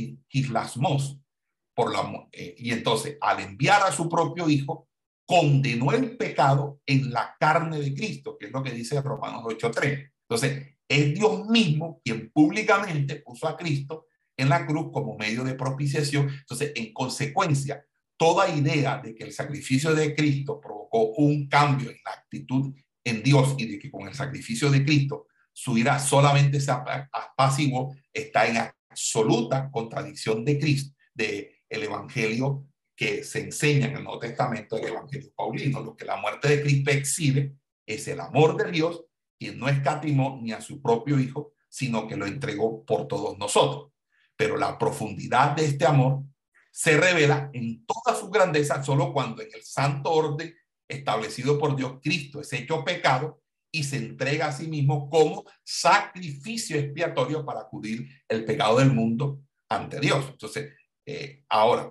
hilasmos, por la, eh, y entonces al enviar a su propio hijo condenó el pecado en la carne de Cristo, que es lo que dice Romanos ocho tres. Entonces es Dios mismo quien públicamente puso a Cristo en la cruz como medio de propiciación. Entonces, en consecuencia, toda idea de que el sacrificio de Cristo provocó un cambio en la actitud en Dios y de que con el sacrificio de Cristo su ira solamente se apaciguó está en absoluta contradicción de Cristo, de el evangelio que se enseña en el Nuevo Testamento, el evangelio paulino. Lo que la muerte de Cristo exhibe es el amor de Dios, quien no escatimó ni a su propio hijo, sino que lo entregó por todos nosotros. Pero la profundidad de este amor se revela en toda su grandeza solo cuando en el santo orden establecido por Dios, Cristo es hecho pecado y se entrega a sí mismo como sacrificio expiatorio para cubrir el pecado del mundo ante Dios. Entonces, eh, ahora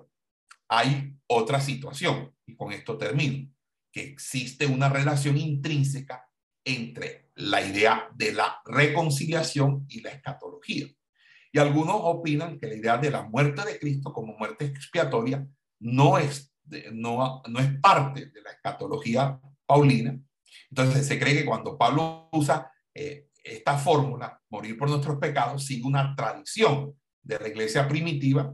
hay otra situación, y con esto termino, que existe una relación intrínseca entre la idea de la reconciliación y la escatología. Y algunos opinan que la idea de la muerte de Cristo como muerte expiatoria no es, no, no es parte de la escatología paulina. Entonces se cree que cuando Pablo usa eh, esta fórmula, morir por nuestros pecados, sigue una tradición de la iglesia primitiva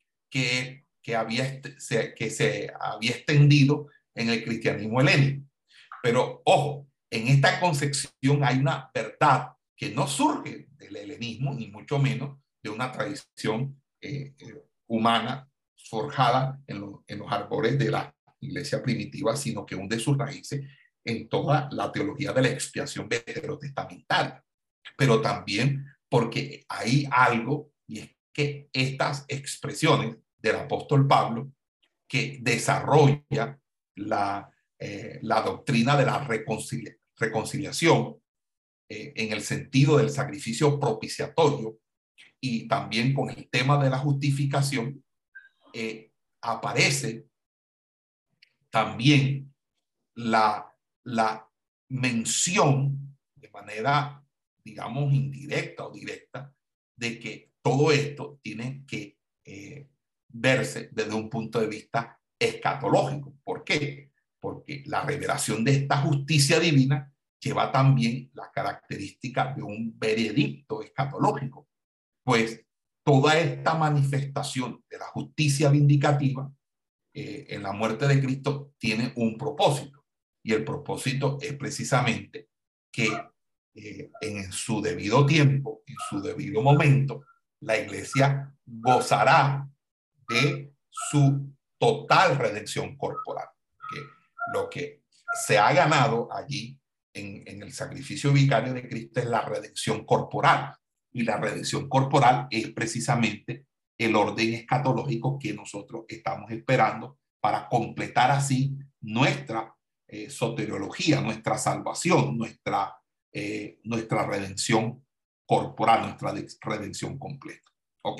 que, que, había, se, que se había extendido en el cristianismo helénico. Pero ojo, en esta concepción hay una verdad que no surge del helenismo, ni mucho menos de una tradición eh, eh, humana forjada en, lo, en los árboles de la iglesia primitiva, sino que hunde sus raíces en toda la teología de la expiación veterotestamentaria. Pero también porque hay algo, y es que estas expresiones del apóstol Pablo, que desarrolla la, eh, la doctrina de la reconcilia, reconciliación eh, en el sentido del sacrificio propiciatorio y también con el tema de la justificación, eh, aparece también la, la mención de manera, digamos, indirecta o directa de que todo esto tiene que eh, verse desde un punto de vista escatológico. ¿Por qué? Porque la revelación de esta justicia divina lleva también la característica de un veredicto escatológico, pues toda esta manifestación de la justicia vindicativa eh, en la muerte de Cristo tiene un propósito, y el propósito es precisamente que eh, en su debido tiempo, en su debido momento, la iglesia gozará de su total redención corporal, que lo que se ha ganado allí en, en el sacrificio vicario de Cristo es la redención corporal, y la redención corporal es precisamente el orden escatológico que nosotros estamos esperando para completar así nuestra eh, soteriología, nuestra salvación, nuestra, eh, nuestra redención corporal, nuestra redención completa. ¿Ok?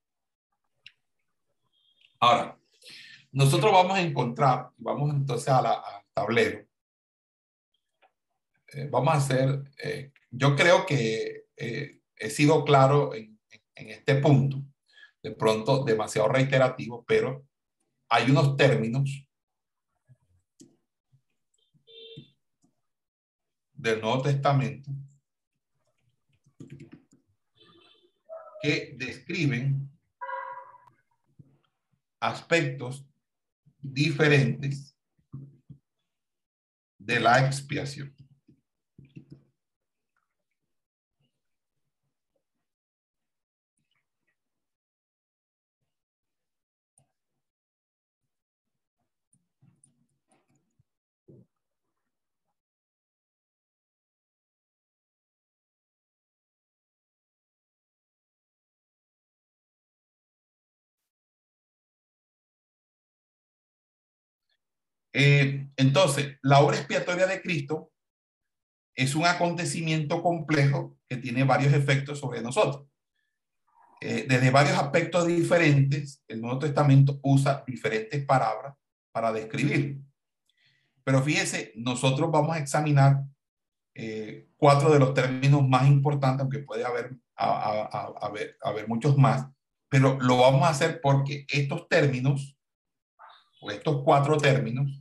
Ahora, nosotros vamos a encontrar, vamos entonces a la, al tablero. Eh, vamos a hacer, eh, yo creo que eh, he sido claro en, en este punto, de pronto demasiado reiterativo, pero hay unos términos del Nuevo Testamento que describen aspectos diferentes de la expiación. Eh, entonces, la obra expiatoria de Cristo es un acontecimiento complejo que tiene varios efectos sobre nosotros. Eh, desde varios aspectos diferentes, el Nuevo Testamento usa diferentes palabras para describirlo. Pero fíjese, nosotros vamos a examinar eh, cuatro de los términos más importantes, aunque puede haber, a, a, a, haber, haber muchos más, pero lo vamos a hacer porque estos términos, o estos cuatro términos,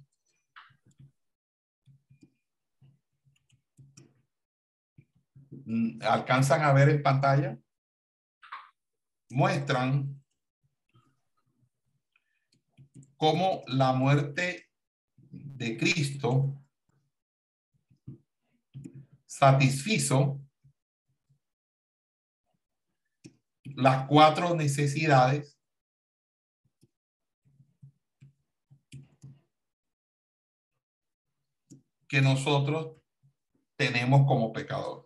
alcanzan a ver en pantalla, muestran cómo la muerte de Cristo satisfizo las cuatro necesidades que nosotros tenemos como pecadores.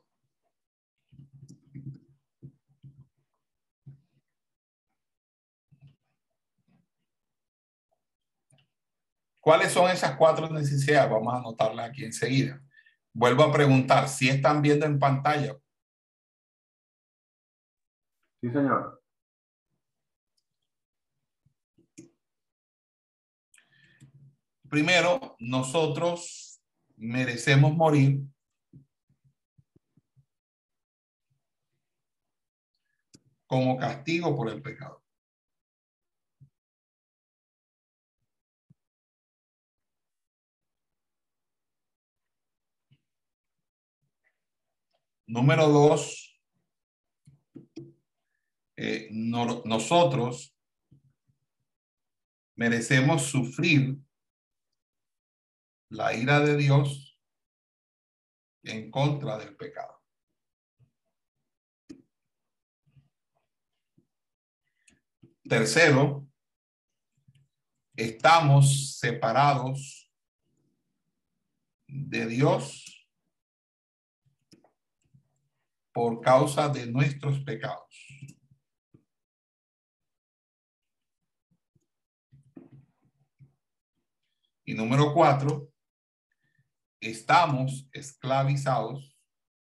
¿Cuáles son esas cuatro necesidades? Vamos a anotarlas aquí enseguida. Vuelvo a preguntar, ¿si están viendo en pantalla? Sí, señor. Primero, nosotros merecemos morir como castigo por el pecado. Número dos, eh, no, nosotros merecemos sufrir la ira de Dios en contra del pecado. Tercero, estamos separados de Dios por causa de nuestros pecados. Y número cuatro, estamos esclavizados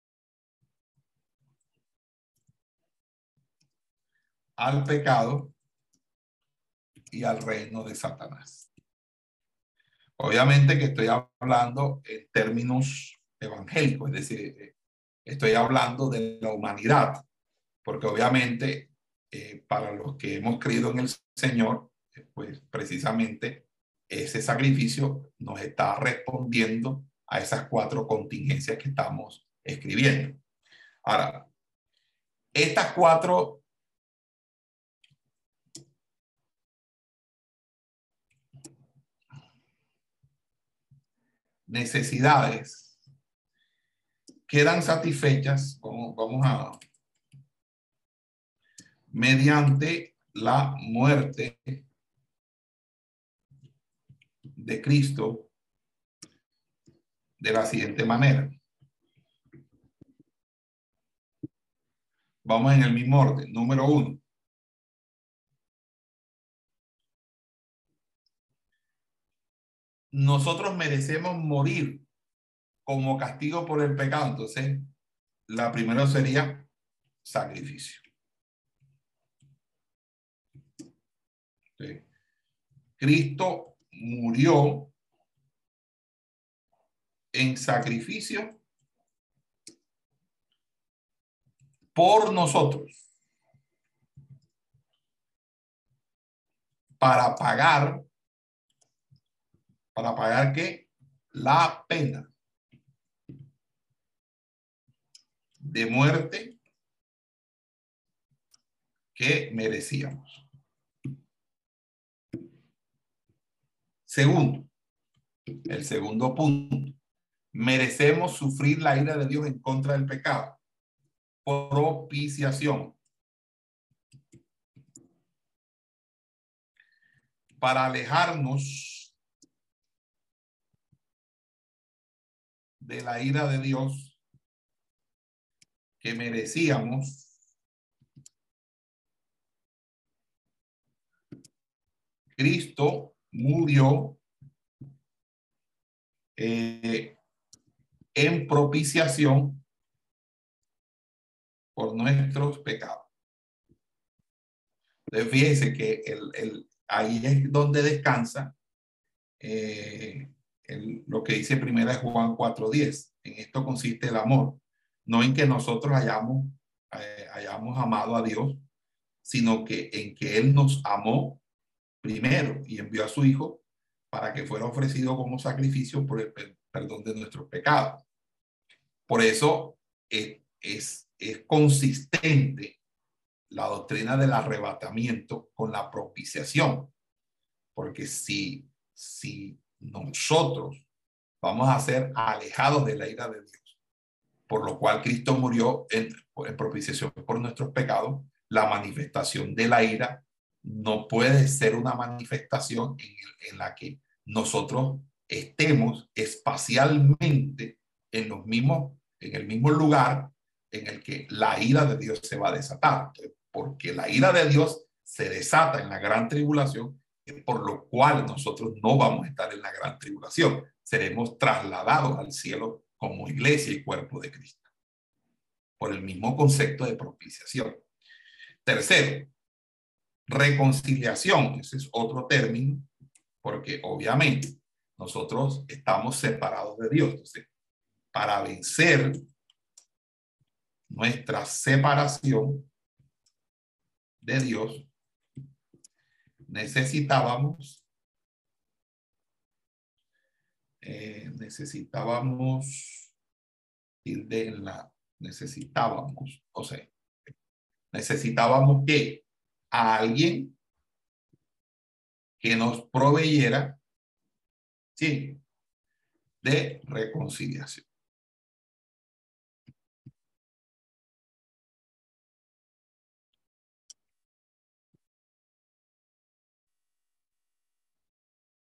al pecado y al reino de Satanás. Obviamente que estoy hablando en términos evangélicos, es decir, estoy hablando de la humanidad, porque obviamente eh, para los que hemos creído en el Señor, pues precisamente ese sacrificio nos está respondiendo a esas cuatro contingencias que estamos escribiendo. Ahora, estas cuatro necesidades quedan satisfechas, como vamos a, mediante la muerte de Cristo de la siguiente manera. Vamos en el mismo orden. Número uno. Nosotros merecemos morir como castigo por el pecado. Entonces, la primera sería sacrificio. ¿Sí? Cristo murió en sacrificio por nosotros para pagar, para pagar ¿qué? La pena de muerte que merecíamos. Segundo, el segundo punto, merecemos sufrir la ira de Dios en contra del pecado. Propiciación. Para alejarnos de la ira de Dios que merecíamos, Cristo murió eh, en propiciación por nuestros pecados. Entonces, fíjense que el, el, ahí es donde descansa eh, el, lo que dice primera Juan cuatro diez. En esto consiste el amor, no en que nosotros hayamos, eh, hayamos amado a Dios, sino que en que Él nos amó primero y envió a su Hijo para que fuera ofrecido como sacrificio por el perdón de nuestros pecados. Por eso es, es, es consistente la doctrina del arrebatamiento con la propiciación, porque si, si nosotros vamos a ser alejados de la ira de Dios, por lo cual Cristo murió en, en propiciación por nuestros pecados, la manifestación de la ira no puede ser una manifestación en, en la que nosotros estemos espacialmente en los mismos, en el mismo lugar en el que la ira de Dios se va a desatar, porque la ira de Dios se desata en la gran tribulación, por lo cual nosotros no vamos a estar en la gran tribulación, seremos trasladados al cielo como iglesia y cuerpo de Cristo, por el mismo concepto de propiciación. Tercero, reconciliación, ese es otro término, porque obviamente nosotros estamos separados de Dios. Entonces, para vencer nuestra separación de Dios, necesitábamos, eh, necesitábamos ir de la, necesitábamos, o sea, necesitábamos que a alguien que nos proveyera, sí, de reconciliación.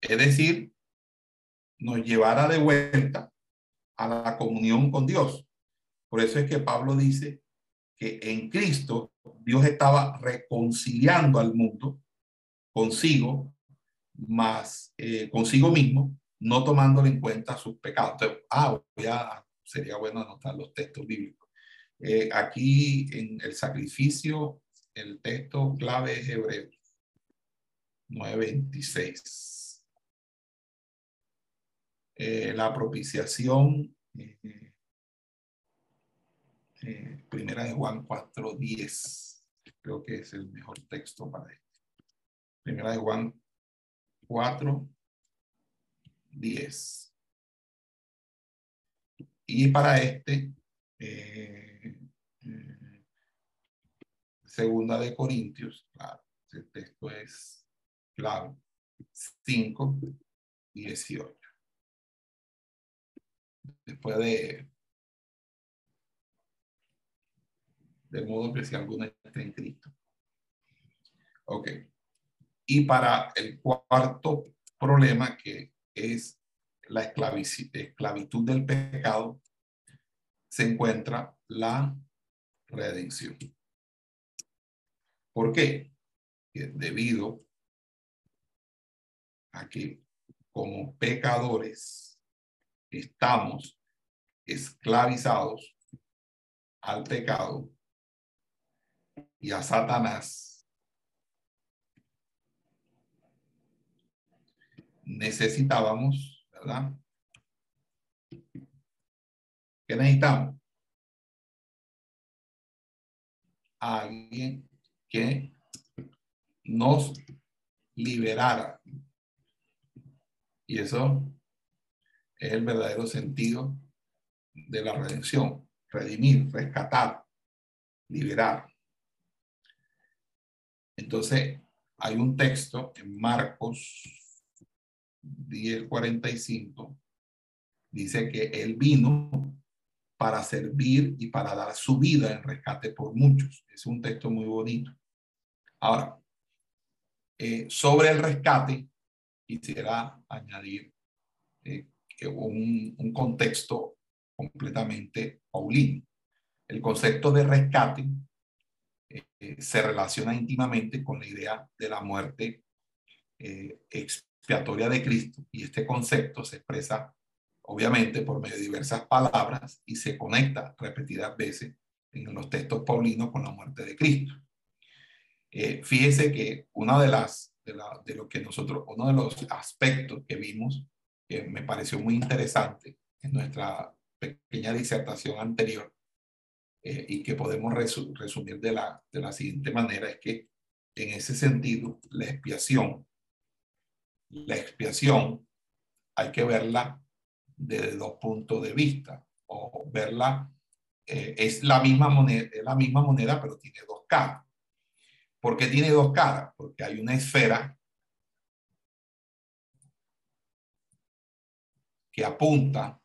Es decir, nos llevara de vuelta a la comunión con Dios. Por eso es que Pablo dice que en Cristo Dios estaba reconciliando al mundo consigo, más eh, consigo mismo, no tomándole en cuenta sus pecados. Entonces, ah, voy a, sería bueno anotar los textos bíblicos. Eh, aquí en el sacrificio, el texto clave es Hebreos nueve veintiséis. Eh, la propiciación, eh, eh, primera de Juan cuatro diez, creo que es el mejor texto para esto. Primera de Juan cuatro diez. Y para este, eh, eh, segunda de Corintios, claro, el texto es claro, cinco dieciocho. Después de, de modo que si alguno está en Cristo. Ok. Y para el cuarto problema, que es la esclavitud del pecado, se encuentra la redención. ¿Por qué? Debido a que como pecadores estamos esclavizados al pecado y a Satanás, necesitábamos, ¿verdad? ¿Qué necesitamos? A alguien que nos liberara. Y eso es el verdadero sentido de la redención: redimir, rescatar, liberar. Entonces, hay un texto en Marcos diez cuarenta y cinco, dice que él vino para servir y para dar su vida en rescate por muchos. Es un texto muy bonito. Ahora, eh, sobre el rescate, quisiera añadir eh, un, un contexto completamente paulino. El concepto de rescate eh, se relaciona íntimamente con la idea de la muerte eh, expiatoria de Cristo, y este concepto se expresa obviamente por medio de diversas palabras y se conecta repetidas veces en los textos paulinos con la muerte de Cristo. Eh, fíjese que una de las de, la, de lo que nosotros, uno de los aspectos que vimos que me pareció muy interesante en nuestra pequeña disertación anterior, eh, y que podemos resu resumir de la, de la siguiente manera, es que en ese sentido la expiación la expiación hay que verla desde dos puntos de vista, o verla, eh, es la misma moneda, es la misma moneda, pero tiene dos caras. ¿Por qué tiene dos caras? Porque hay una esfera que apunta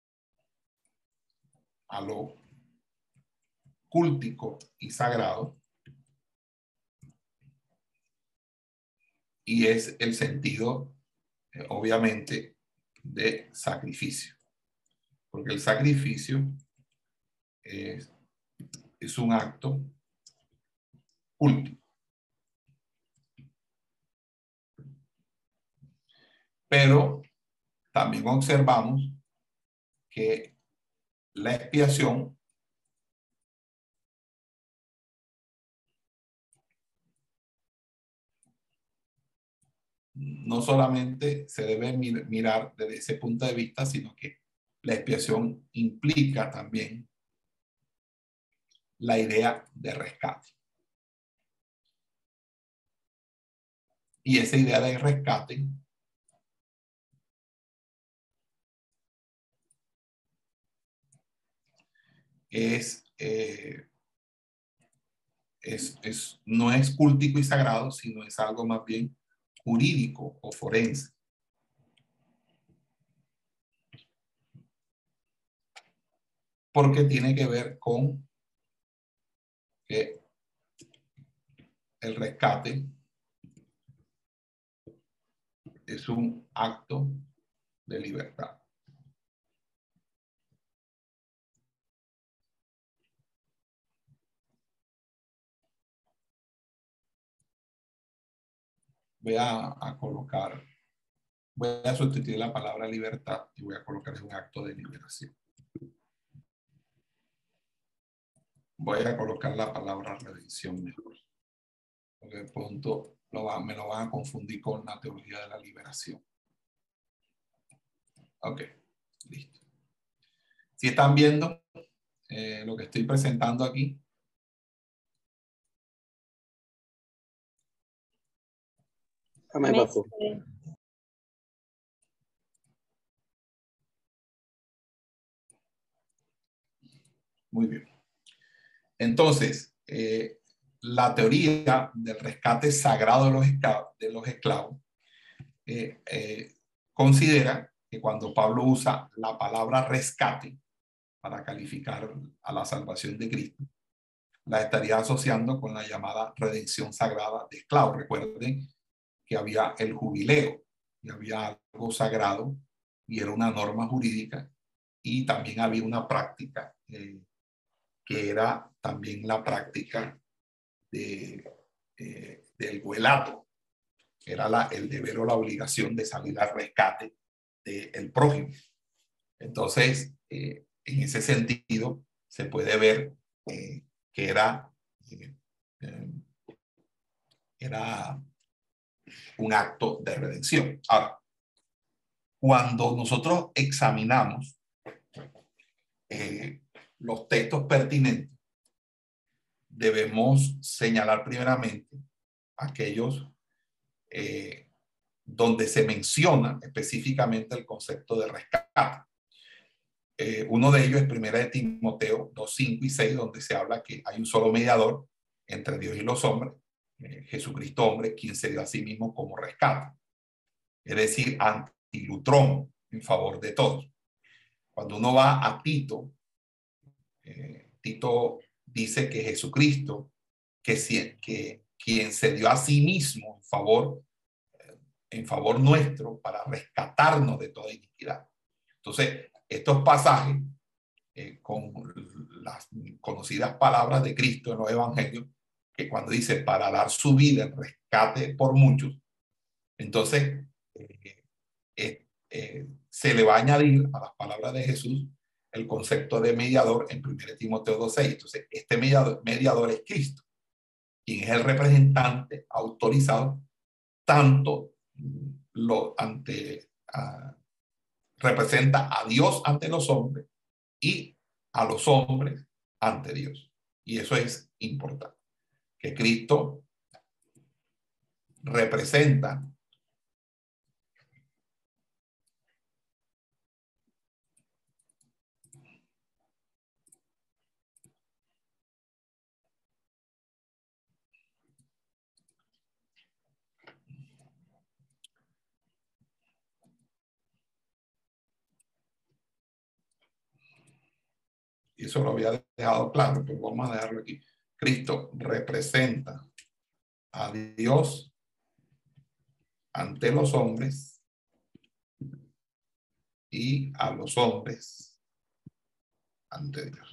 a lo cultico y sagrado, y es el sentido, eh, obviamente, de sacrificio, porque el sacrificio es, es un acto cultico. Pero también observamos que la expiación no solamente se debe mirar desde ese punto de vista, sino que la expiación implica también la idea de rescate. Y esa idea de rescate es, eh, es, es, no es cultico y sagrado, sino es algo más bien jurídico o forense. Porque tiene que ver con que el rescate es un acto de libertad. Voy a, a colocar, voy a sustituir la palabra libertad y voy a colocar un acto de liberación. Voy a colocar la palabra redención mejor, porque de pronto lo va, me lo van a confundir con la teología de la liberación. Ok, listo. Si están viendo eh, lo que estoy presentando aquí. Amén, pastor. Muy bien. Entonces, eh, la teoría del rescate sagrado de los esclavos, de los esclavos eh, eh, considera que cuando Pablo usa la palabra rescate para calificar a la salvación de Cristo, la estaría asociando con la llamada redención sagrada de esclavos. Recuerden que había el jubileo y había algo sagrado y era una norma jurídica, y también había una práctica eh, que era también la práctica de, eh, del huelato, que era la, el deber o la obligación de salir al rescate del prójimo. Entonces, eh, en ese sentido, se puede ver eh, que era, eh, eh, era un acto de redención. Ahora, cuando nosotros examinamos eh, los textos pertinentes, debemos señalar primeramente aquellos eh, donde se menciona específicamente el concepto de rescate. Eh, uno de ellos es primera de Timoteo dos, cinco y seis, donde se habla que hay un solo mediador entre Dios y los hombres, eh, Jesucristo hombre, quien se dio a sí mismo como rescate. Es decir, antilutrón, en favor de todos. Cuando uno va a Tito, eh, Tito dice que Jesucristo, que, que quien se dio a sí mismo en favor, en favor nuestro para rescatarnos de toda iniquidad. Entonces, estos pasajes, eh, con las conocidas palabras de Cristo en los evangelios, que cuando dice para dar su vida en rescate por muchos, entonces eh, eh, eh, se le va a añadir a las palabras de Jesús el concepto de mediador en primera de Timoteo dos, seis. Entonces, este mediador, mediador es Cristo, quien es el representante autorizado tanto lo ante uh, representa a Dios ante los hombres y a los hombres ante Dios. Y eso es importante, que Cristo representa y eso lo había dejado claro, pero vamos a dejarlo aquí. Cristo representa a Dios ante los hombres y a los hombres ante Dios.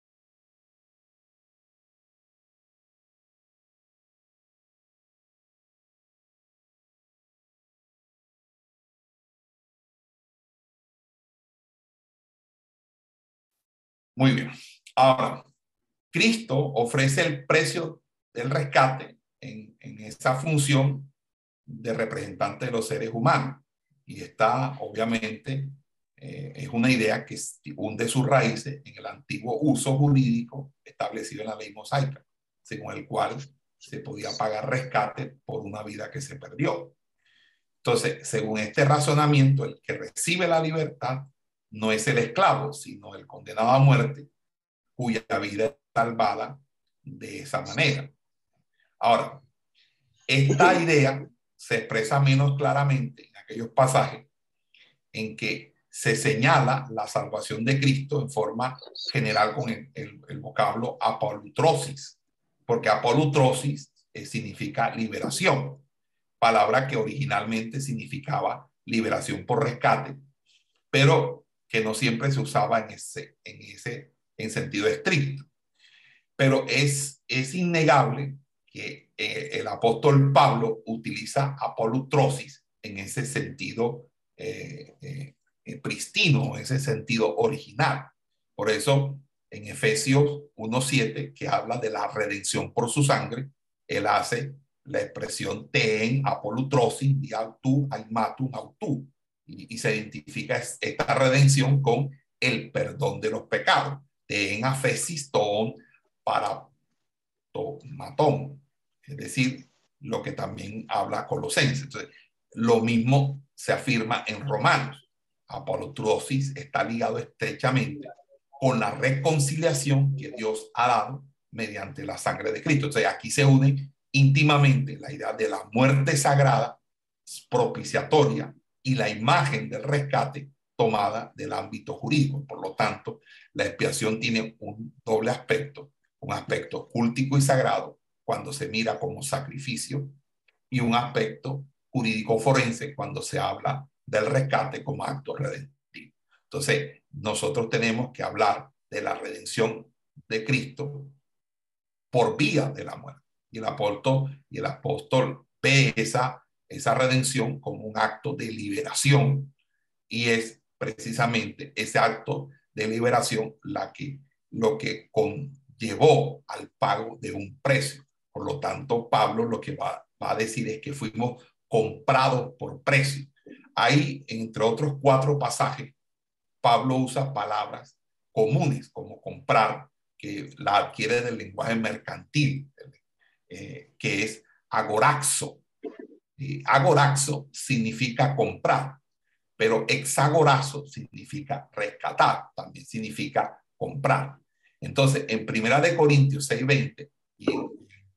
Muy bien. Ahora, Cristo ofrece el precio del rescate en, en esa función de representante de los seres humanos. Y está, obviamente, eh, es una idea que hunde sus raíces en el antiguo uso jurídico establecido en la ley mosaica, según el cual se podía pagar rescate por una vida que se perdió. Entonces, según este razonamiento, el que recibe la libertad no es el esclavo, sino el condenado a muerte, cuya vida es salvada de esa manera. Ahora, esta idea se expresa menos claramente en aquellos pasajes en que se señala la salvación de Cristo en forma general con el, el, el vocablo apolutrosis, porque apolutrosis eh, significa liberación. palabra que originalmente significaba liberación por rescate, pero que no siempre se usaba en ese, en ese en sentido estricto. Pero es, es innegable que eh, el apóstol Pablo utiliza apolutrosis en ese sentido eh, eh, pristino, en ese sentido original. Por eso en Efesios uno siete, que habla de la redención por su sangre, él hace la expresión ten apolutrosis di autu aimatum autu, y, y se identifica esta redención con el perdón de los pecados. En afesis ton para tomatón, es decir, lo que también habla Colosenses. Entonces, lo mismo se afirma en Romanos. Apolutrosis está ligado estrechamente con la reconciliación que Dios ha dado mediante la sangre de Cristo. Entonces, aquí se une íntimamente la idea de la muerte sagrada, propiciatoria, y la imagen del rescate tomada del ámbito jurídico. Por lo tanto, la expiación tiene un doble aspecto, un aspecto cultico y sagrado cuando se mira como sacrificio y un aspecto jurídico forense cuando se habla del rescate como acto redentivo. Entonces, nosotros tenemos que hablar de la redención de Cristo por vía de la muerte. Y el apóstol, y el apóstol ve esa, esa redención como un acto de liberación, y es precisamente ese acto de liberación la que, lo que conllevó al pago de un precio. Por lo tanto, Pablo lo que va, va a decir es que fuimos comprados por precio. Ahí, entre otros cuatro pasajes, Pablo usa palabras comunes como comprar, que la adquiere del lenguaje mercantil, eh, que es agoraxo. Eh, agoraxo significa comprar, pero hexagorazo significa rescatar, también significa comprar. Entonces, en Primera de Corintios seis veinte y, en,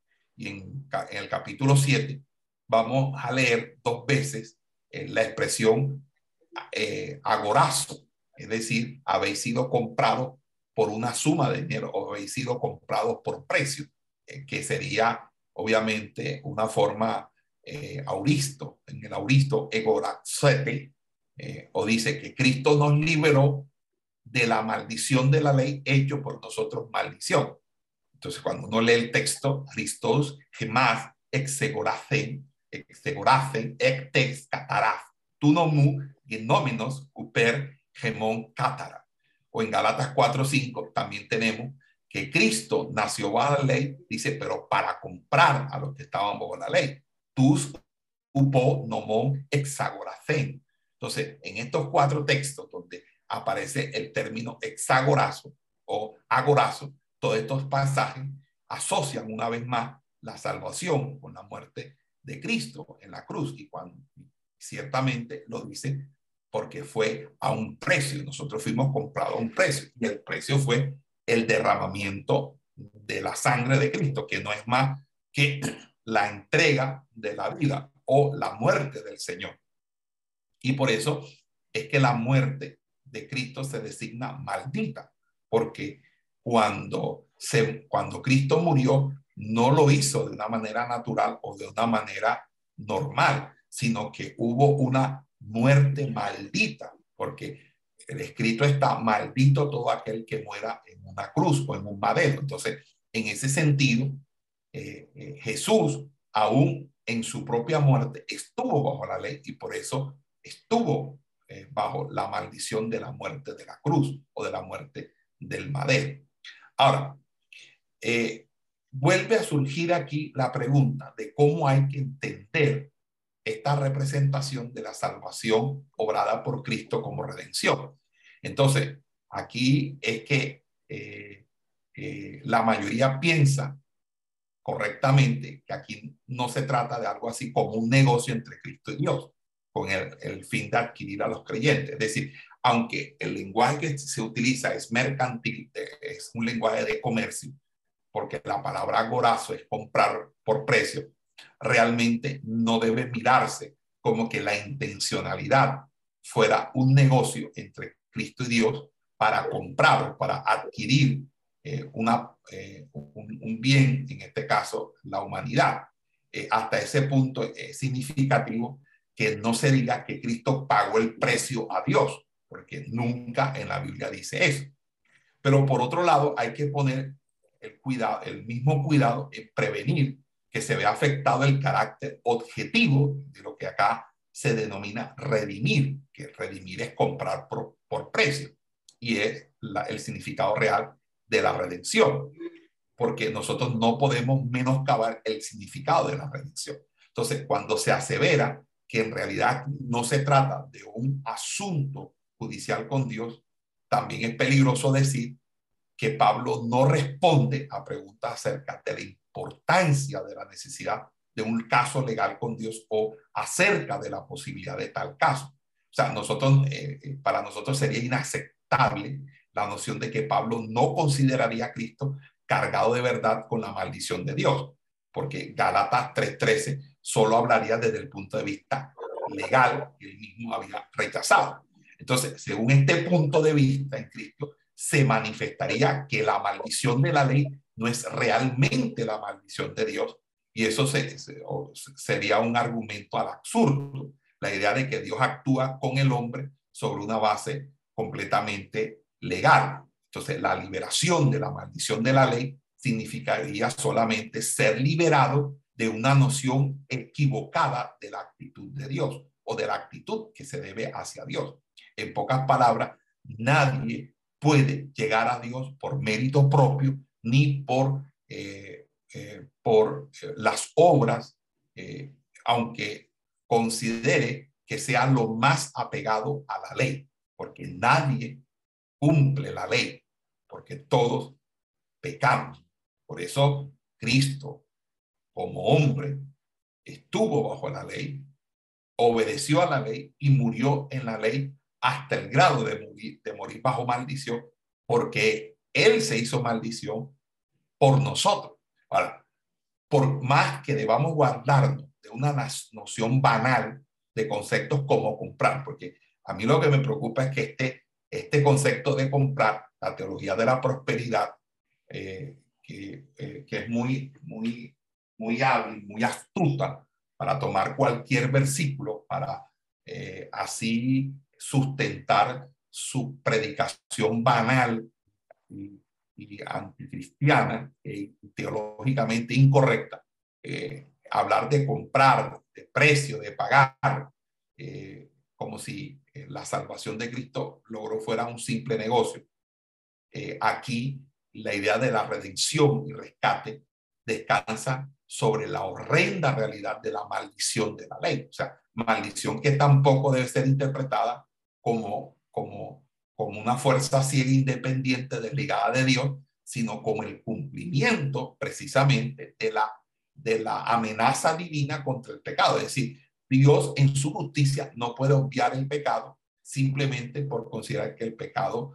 y en, en el capítulo siete, vamos a leer dos veces eh, la expresión eh, agorazo, es decir, habéis sido comprados por una suma de dinero o habéis sido comprados por precio, eh, que sería obviamente una forma eh, auristo, en el auristo egorazete, eh, o dice que Cristo nos liberó de la maldición de la ley hecho por nosotros maldición. Entonces, cuando uno lee el texto, Christos gemas exegoracen, exegoracen, ectex cataraf, tu nomu, genómenos, uper, gemón, catara. O en Galatas cuatro cinco también tenemos que Cristo nació bajo la ley, dice, pero para comprar a los que estaban bajo la ley. Tus upo nomón exagoracen. Entonces, en estos cuatro textos donde aparece el término hexagorazo o agorazo, todos estos pasajes asocian una vez más la salvación con la muerte de Cristo en la cruz, y cuando ciertamente lo dice porque fue a un precio. Nosotros fuimos comprados a un precio, y el precio fue el derramamiento de la sangre de Cristo, que no es más que la entrega de la vida o la muerte del Señor. Y por eso es que la muerte de Cristo se designa maldita, porque cuando, se, cuando Cristo murió, no lo hizo de una manera natural o de una manera normal, sino que hubo una muerte maldita, porque el escrito está: maldito todo aquel que muera en una cruz o en un madero. Entonces, en ese sentido, eh, eh, Jesús, aún en su propia muerte, estuvo bajo la ley, y por eso estuvo eh, bajo la maldición de la muerte de la cruz o de la muerte del madero. Ahora, eh, vuelve a surgir aquí la pregunta de cómo hay que entender esta representación de la salvación obrada por Cristo como redención. Entonces, aquí es que eh, eh, la mayoría piensa correctamente que aquí no se trata de algo así como un negocio entre Cristo y Dios, con el, el fin de adquirir a los creyentes. Es decir, aunque el lenguaje que se utiliza es mercantil, es un lenguaje de comercio, porque la palabra agorazo es comprar por precio, realmente no debe mirarse como que la intencionalidad fuera un negocio entre Cristo y Dios para comprar, para adquirir eh, una, eh, un, un bien, en este caso la humanidad. eh, hasta ese punto es significativo que no se diga que Cristo pagó el precio a Dios, porque nunca en la Biblia dice eso. Pero por otro lado, hay que poner el cuidado, el mismo cuidado en prevenir que se vea afectado el carácter objetivo de lo que acá se denomina redimir, que redimir es comprar por, por precio, y es la, el significado real de la redención, porque nosotros no podemos menoscabar el significado de la redención. Entonces, cuando se asevera que en realidad no se trata de un asunto judicial con Dios, también es peligroso decir que Pablo no responde a preguntas acerca de la importancia de la necesidad de un caso legal con Dios o acerca de la posibilidad de tal caso. O sea, nosotros, eh, para nosotros sería inaceptable la noción de que Pablo no consideraría a Cristo cargado de verdad con la maldición de Dios, porque Gálatas tres trece solo hablaría desde el punto de vista legal que él mismo había rechazado. Entonces, según este punto de vista en Cristo, se manifestaría que la maldición de la ley no es realmente la maldición de Dios, y eso se, se, sería un argumento al absurdo, la idea de que Dios actúa con el hombre sobre una base completamente legal. Entonces, la liberación de la maldición de la ley significaría solamente ser liberado de una noción equivocada de la actitud de Dios o de la actitud que se debe hacia Dios. En pocas palabras, nadie puede llegar a Dios por mérito propio ni por, eh, eh, por eh, las obras, eh, aunque considere que sea lo más apegado a la ley, porque nadie cumple la ley, porque todos pecamos. Por eso Cristo, como hombre, estuvo bajo la ley, obedeció a la ley y murió en la ley hasta el grado de morir, de morir bajo maldición, porque él se hizo maldición por nosotros. Ahora, por más que debamos guardarnos de una noción banal de conceptos como comprar, porque a mí lo que me preocupa es que este, este concepto de comprar, la teología de la prosperidad, eh, que, eh, que es muy, muy, muy hábil, muy astuta para tomar cualquier versículo para eh, así sustentar su predicación banal y, y anticristiana y teológicamente incorrecta. Eh, hablar de comprar, de precio, de pagar, eh, como si eh, la salvación de Cristo logró fuera un simple negocio. Eh, aquí la idea de la redención y rescate descansa sobre la horrenda realidad de la maldición de la ley. O sea, maldición que tampoco debe ser interpretada como, como, como una fuerza ciega independiente desligada de Dios, sino como el cumplimiento precisamente de la, de la amenaza divina contra el pecado. Es decir, Dios en su justicia no puede obviar el pecado simplemente por considerar que el pecado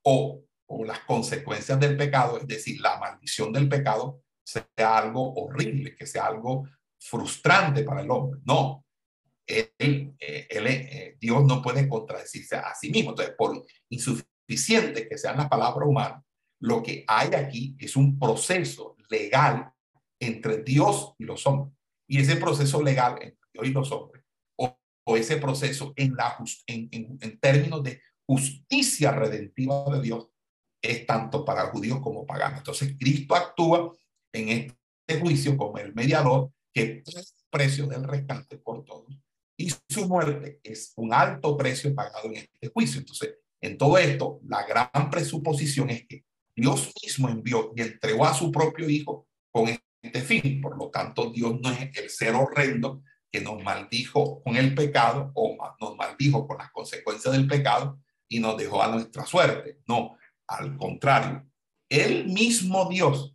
o o las consecuencias del pecado, es decir, la maldición del pecado, sea algo horrible, que sea algo frustrante para el hombre. No, él, él, él, eh, Dios no puede contradecirse a sí mismo. Entonces, por insuficiente que sean las palabras humanas, lo que hay aquí es un proceso legal entre Dios y los hombres. Y ese proceso legal entre Dios y los hombres, o, o ese proceso en, la, en, en, en términos de justicia redentiva de Dios, es tanto para judíos como paganos. Entonces, Cristo actúa en este juicio como el mediador que es el precio del rescate por todos. Y su muerte es un alto precio pagado en este juicio. Entonces, en todo esto, la gran presuposición es que Dios mismo envió y entregó a su propio Hijo con este fin. Por lo tanto, Dios no es el ser horrendo que nos maldijo con el pecado o nos maldijo con las consecuencias del pecado y nos dejó a nuestra suerte. No. Al contrario, el mismo Dios,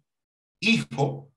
Hijo,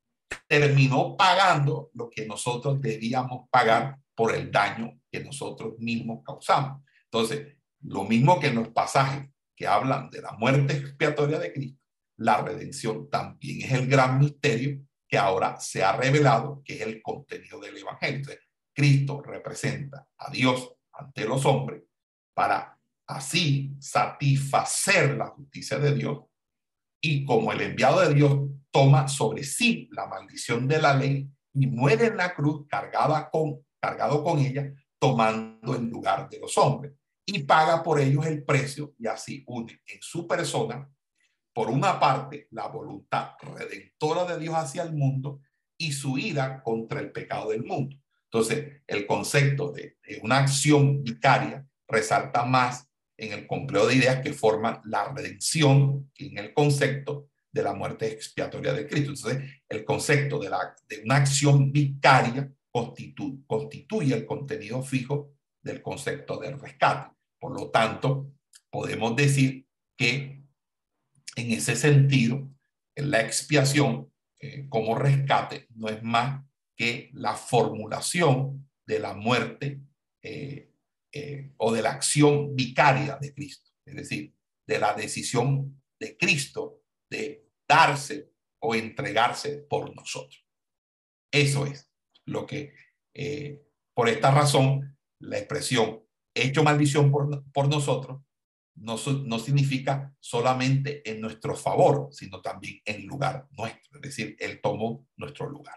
terminó pagando lo que nosotros debíamos pagar por el daño que nosotros mismos causamos. Entonces, lo mismo que en los pasajes que hablan de la muerte expiatoria de Cristo, la redención también es el gran misterio que ahora se ha revelado, que es el contenido del Evangelio. Entonces, Cristo representa a Dios ante los hombres para así satisfacer la justicia de Dios, y como el enviado de Dios toma sobre sí la maldición de la ley y muere en la cruz cargada con, cargado con ella, tomando el lugar de los hombres, y paga por ellos el precio, y así une en su persona, por una parte, la voluntad redentora de Dios hacia el mundo y su ira contra el pecado del mundo. Entonces, el concepto de, de una acción vicaria resalta más en el complejo de ideas que forman la redención y en el concepto de la muerte expiatoria de Cristo. Entonces, el concepto de, la, de una acción vicaria constitu, constituye el contenido fijo del concepto del rescate. Por lo tanto, podemos decir que en ese sentido, la expiación eh, como rescate no es más que la formulación de la muerte eh, eh, o de la acción vicaria de Cristo, es decir, de la decisión de Cristo de darse o entregarse por nosotros. Eso es lo que, eh, por esta razón, la expresión hecho maldición por, por nosotros no, no significa solamente en nuestro favor, sino también en lugar nuestro. Es decir, Él tomó nuestro lugar.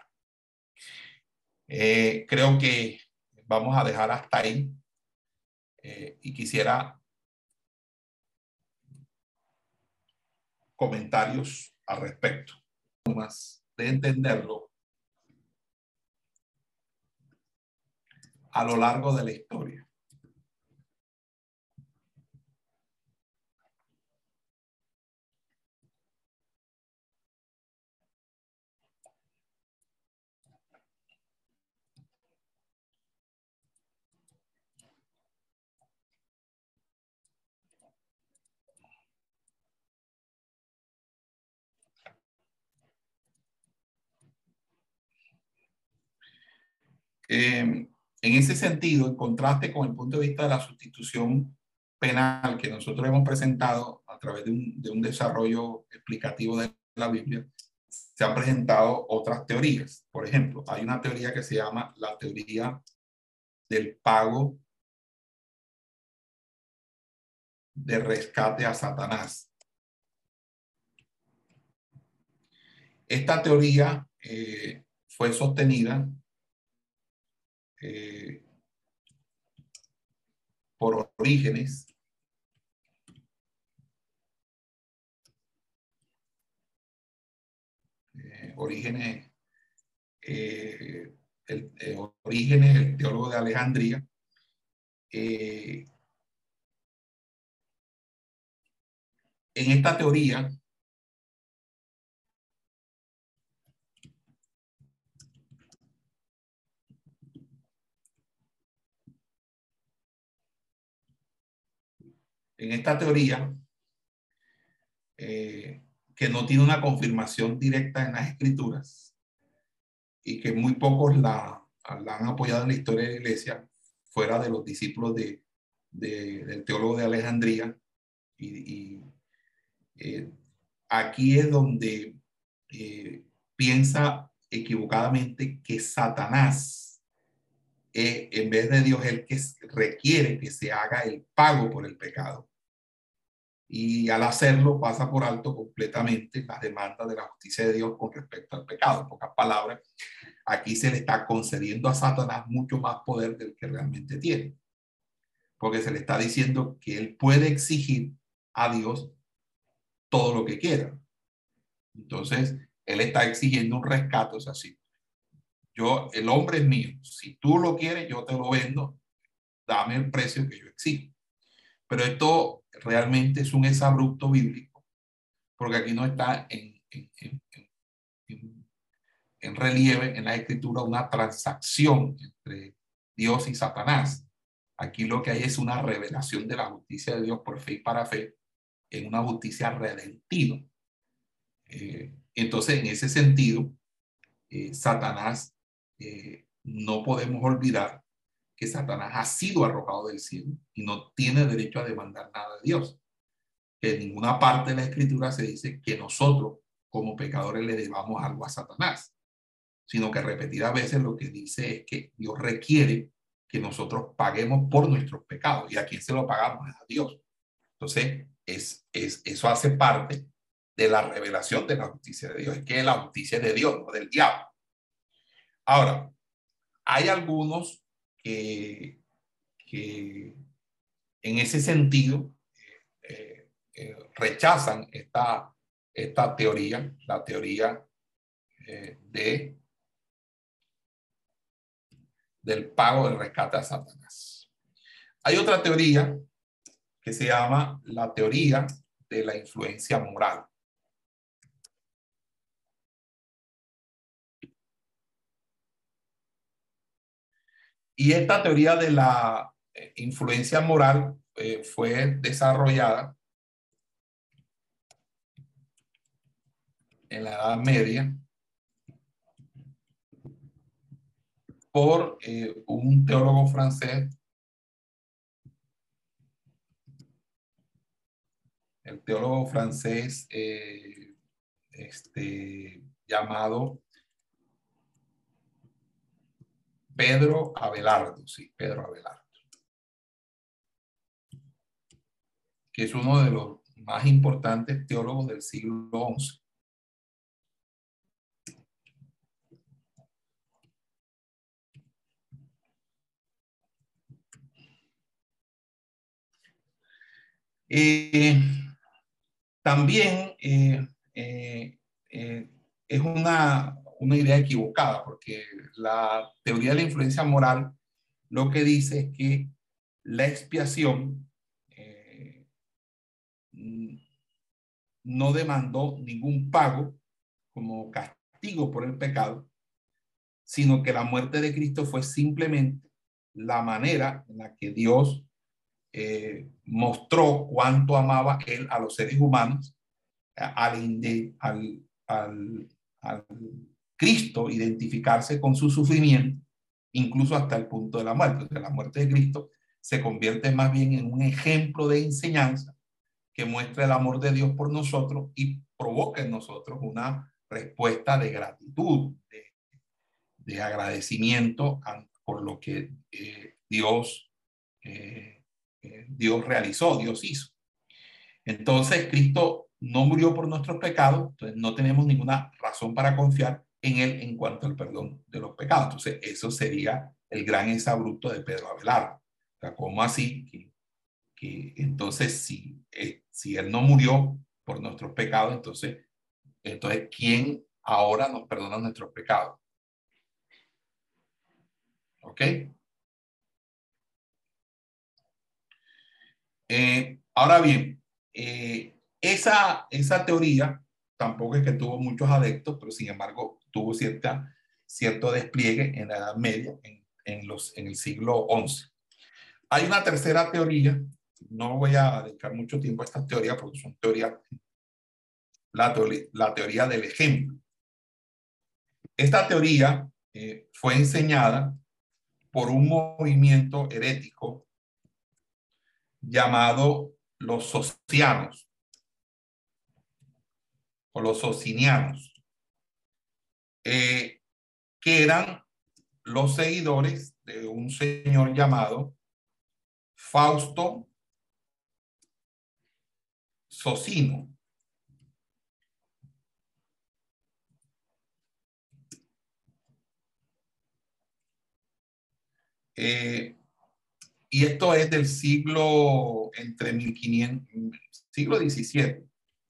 Eh, creo que vamos a dejar hasta ahí eh, y quisiera comentarios al respecto. Más de entenderlo a lo largo de la historia. Eh, en ese sentido, en contraste con el punto de vista de la sustitución penal que nosotros hemos presentado a través de un, de un desarrollo explicativo de la Biblia, se han presentado otras teorías. Por ejemplo, hay una teoría que se llama la teoría del pago de rescate a Satanás. Esta teoría eh, fue sostenida eh, por Orígenes, eh, Orígenes, eh, el, eh, Orígenes, el teólogo de Alejandría, eh, en esta teoría en esta teoría eh, que no tiene una confirmación directa en las escrituras y que muy pocos la, la han apoyado en la historia de la iglesia fuera de los discípulos de, de, del teólogo de Alejandría y, y eh, aquí es donde eh, piensa equivocadamente que Satanás eh, en vez de Dios es el que requiere que se haga el pago por el pecado. Y al hacerlo pasa por alto completamente las demandas de la justicia de Dios con respecto al pecado. En pocas palabras, aquí se le está concediendo a Satanás mucho más poder del que realmente tiene. Porque se le está diciendo que él puede exigir a Dios todo lo que quiera. Entonces, él está exigiendo un rescate, o sea, si yo, el hombre es mío, si tú lo quieres, yo te lo vendo, dame el precio que yo exijo. Pero esto realmente es un exabrupto bíblico, porque aquí no está en, en, en, en, en relieve en la escritura una transacción entre Dios y Satanás. Aquí lo que hay es una revelación de la justicia de Dios por fe y para fe, en una justicia redentiva. Eh, entonces, en ese sentido, eh, Satanás, eh, no podemos olvidar que Satanás ha sido arrojado del cielo y no tiene derecho a demandar nada de Dios. Que en ninguna parte de la escritura se dice que nosotros como pecadores le debamos algo a Satanás, sino que repetidas veces lo que dice es que Dios requiere que nosotros paguemos por nuestros pecados. ¿Y a quién se lo pagamos? A Dios. Entonces, es, es, eso hace parte de la revelación de la justicia de Dios. Es que es la justicia de Dios, no del diablo. Ahora, hay algunos que, que en ese sentido eh, eh, rechazan esta, esta teoría, la teoría eh, de, del pago del rescate a Satanás. Hay otra teoría que se llama la teoría de la influencia moral. Y esta teoría de la eh, influencia moral eh, fue desarrollada en la Edad Media por eh, un teólogo francés, el teólogo francés eh, este, llamado Pedro Abelardo, sí, Pedro Abelardo, que es uno de los más importantes teólogos del siglo once. Eh, también eh, eh, eh, es una, una idea equivocada, porque la teoría de la influencia moral lo que dice es que la expiación eh, no demandó ningún pago como castigo por el pecado, sino que la muerte de Cristo fue simplemente la manera en la que Dios eh, mostró cuánto amaba él a los seres humanos al, al, al, al Cristo identificarse con su sufrimiento, incluso hasta el punto de la muerte. O sea, la muerte de Cristo se convierte más bien en un ejemplo de enseñanza que muestra el amor de Dios por nosotros y provoca en nosotros una respuesta de gratitud, de, de agradecimiento a, por lo que eh, Dios, eh, eh, Dios realizó, Dios hizo. Entonces, Cristo no murió por nuestros pecados, entonces no tenemos ninguna razón para confiar en Él en cuanto al perdón de los pecados. Entonces, eso sería el gran exabrupto de Pedro Abelardo. O sea, ¿cómo así? Que, que entonces, si, eh, si Él no murió por nuestros pecados, entonces, entonces, ¿quién ahora nos perdona nuestros pecados? ¿Ok? Eh, ahora bien, eh, esa, esa teoría tampoco es que tuvo muchos adeptos, pero sin embargo tuvo cierta, cierto despliegue en la Edad Media, en, en, los, en el siglo once. Hay una tercera teoría, no voy a dedicar mucho tiempo a esta teoría porque son teorías, la, teoría, la teoría del ejemplo. Esta teoría eh, fue enseñada por un movimiento herético llamado los socianos o los socinianos, eh, que eran los seguidores de un señor llamado Fausto Socino. Eh, y esto es del siglo, entre mil quinientos, siglo diecisiete.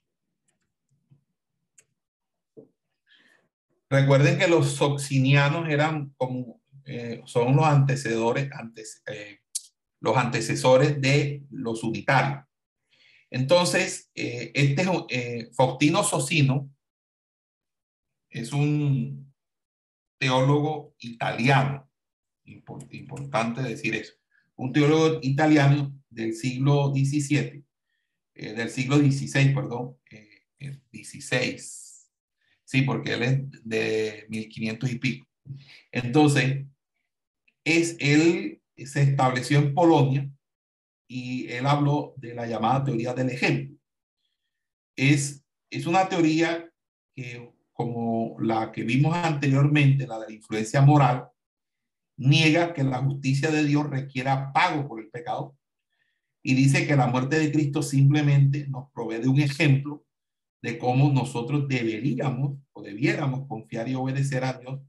Recuerden que los socinianos eran como, eh, son los antecedores, antes, eh, los antecesores de los unitarios. Entonces, eh, este eh, Faustino Socino es un teólogo italiano, importante decir eso, un teólogo italiano del siglo diecisiete, eh, del siglo dieciséis, perdón, eh, dieciséis, sí, porque él es de mil quinientos y pico. Entonces, es, él se estableció en Polonia y él habló de la llamada teoría del ejemplo. Es, es una teoría que, como la que vimos anteriormente, la de la influencia moral, niega que la justicia de Dios requiera pago por el pecado y dice que la muerte de Cristo simplemente nos provee de un ejemplo de cómo nosotros deberíamos o debiéramos confiar y obedecer a Dios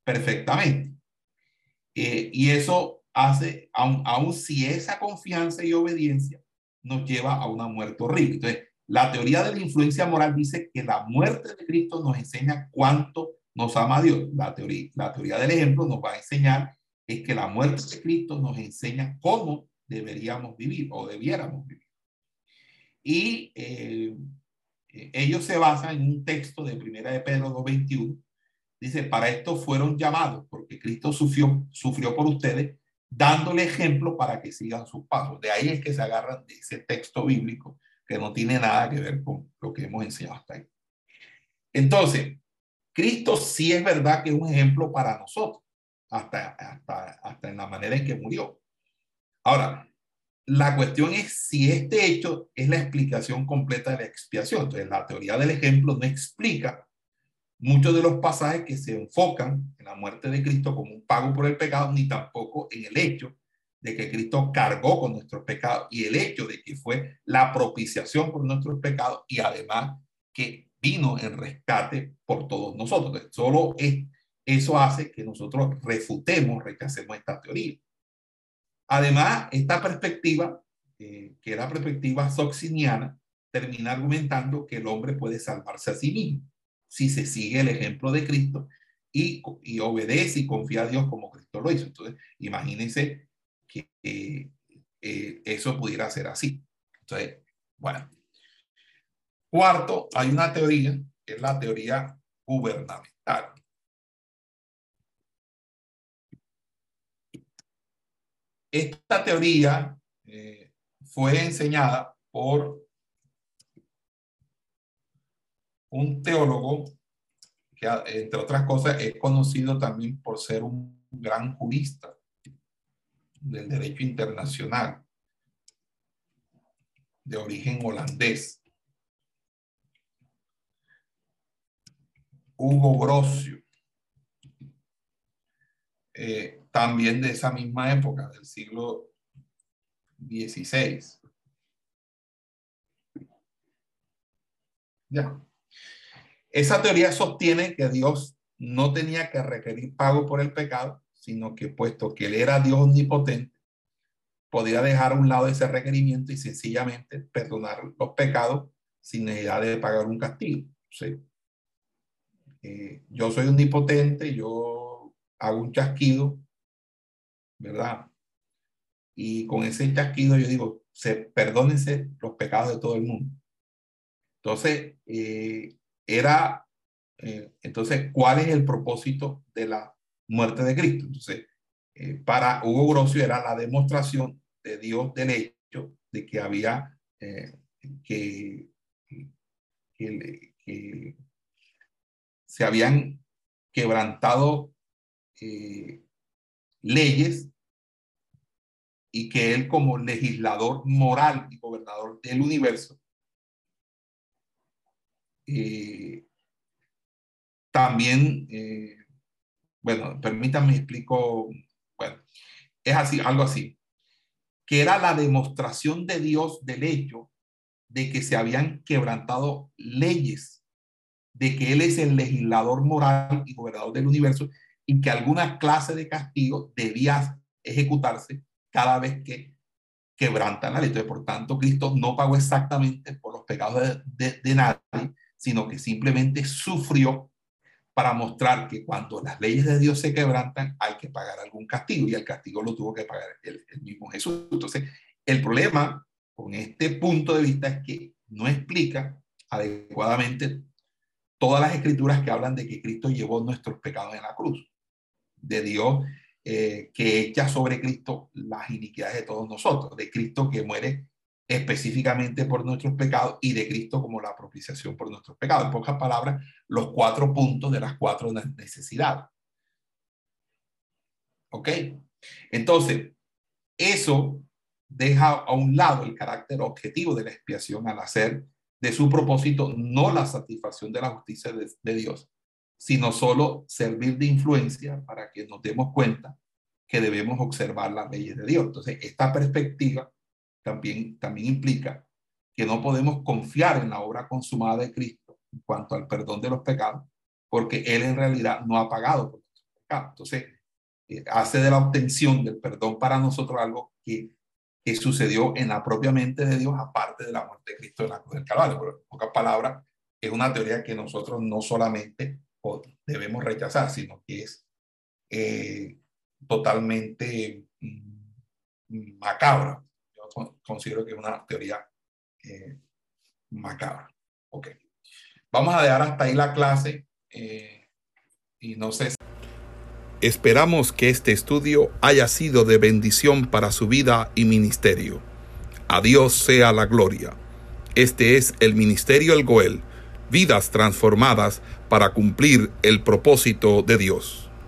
perfectamente. Eh, y eso hace, aun, aun si esa confianza y obediencia nos lleva a una muerte horrible. Entonces, la teoría de la influencia moral dice que la muerte de Cristo nos enseña cuánto nos ama Dios. La teoría, la teoría del ejemplo nos va a enseñar es que la muerte de Cristo nos enseña cómo deberíamos vivir o debiéramos vivir. Y eh, ellos se basan en un texto de Primera de Pedro dos veintiuno. Dice, para esto fueron llamados, porque Cristo sufrió, sufrió por ustedes, dándole ejemplo para que sigan sus pasos. De ahí es que se agarran de ese texto bíblico que no tiene nada que ver con lo que hemos enseñado hasta ahí. Entonces, Cristo sí es verdad que es un ejemplo para nosotros, hasta, hasta, hasta en la manera en que murió. Ahora, la cuestión es si este hecho es la explicación completa de la expiación. Entonces, la teoría del ejemplo no explica muchos de los pasajes que se enfocan en la muerte de Cristo como un pago por el pecado, ni tampoco en el hecho de que Cristo cargó con nuestros pecados y el hecho de que fue la propiciación por nuestros pecados y además que vino en rescate por todos nosotros. Entonces, solo es, eso hace que nosotros refutemos, rechacemos esta teoría. Además, esta perspectiva, eh, que es la perspectiva sociniana, termina argumentando que el hombre puede salvarse a sí mismo si se sigue el ejemplo de Cristo y, y obedece y confía a Dios como Cristo lo hizo. Entonces, imagínense que eh, eh, eso pudiera ser así. Entonces, bueno. Cuarto, hay una teoría, que es la teoría gubernamental. Esta teoría eh, fue enseñada por un teólogo que, entre otras cosas, es conocido también por ser un gran jurista del derecho internacional, de origen holandés, Hugo Grocio, eh, también de esa misma época, del siglo dieciséis. Ya. Esa teoría sostiene que Dios no tenía que requerir pago por el pecado, sino que puesto que él era Dios omnipotente, podía dejar a un lado ese requerimiento y sencillamente perdonar los pecados sin necesidad de pagar un castigo. ¿Sí? Eh, yo soy omnipotente, yo hago un chasquido, ¿verdad? Y con ese chasquido yo digo, se, perdónense los pecados de todo el mundo. Entonces, eh, era, eh, entonces, ¿cuál es el propósito de la muerte de Cristo? Entonces, eh, para Hugo Grocio era la demostración de Dios del hecho de que había eh, que, que, que se habían quebrantado eh, leyes y que él como legislador moral y gobernador del universo eh, también, eh, bueno, permítanme explico, bueno, es así, algo así, que era la demostración de Dios del hecho de que se habían quebrantado leyes, de que él es el legislador moral y gobernador del universo y que alguna clase de castigo debía ejecutarse cada vez que quebrantan la ley. Entonces, por tanto, Cristo no pagó exactamente por los pecados de, de, de nadie, sino que simplemente sufrió para mostrar que cuando las leyes de Dios se quebrantan hay que pagar algún castigo y el castigo lo tuvo que pagar el, el mismo Jesús. Entonces, el problema con este punto de vista es que no explica adecuadamente todas las escrituras que hablan de que Cristo llevó nuestros pecados en la cruz, de Dios eh, que echa sobre Cristo las iniquidades de todos nosotros, de Cristo que muere específicamente por nuestros pecados y de Cristo como la propiciación por nuestros pecados. En pocas palabras, los cuatro puntos de las cuatro necesidades. ¿Ok? Entonces, eso deja a un lado el carácter objetivo de la expiación al hacer de su propósito no la satisfacción de la justicia de, de Dios, sino solo servir de influencia para que nos demos cuenta que debemos observar las leyes de Dios. Entonces, esta perspectiva también, también implica que no podemos confiar en la obra consumada de Cristo en cuanto al perdón de los pecados, porque Él en realidad no ha pagado por nosotros. pecado. Entonces, eh, hace de la obtención del perdón para nosotros algo que, que sucedió en la propia mente de Dios, aparte de la muerte de Cristo en la cruz del Calvario. Pero en pocas palabras, es una teoría que nosotros no solamente debemos rechazar, sino que es eh, totalmente mm, macabra. Yo considero que es una teoría eh, macabra. Ok. Vamos a dejar hasta ahí la clase eh, y no sé. Esperamos que este estudio haya sido de bendición para su vida y ministerio. A Dios sea la gloria. Este es el Ministerio El Goel, vidas transformadas para cumplir el propósito de Dios.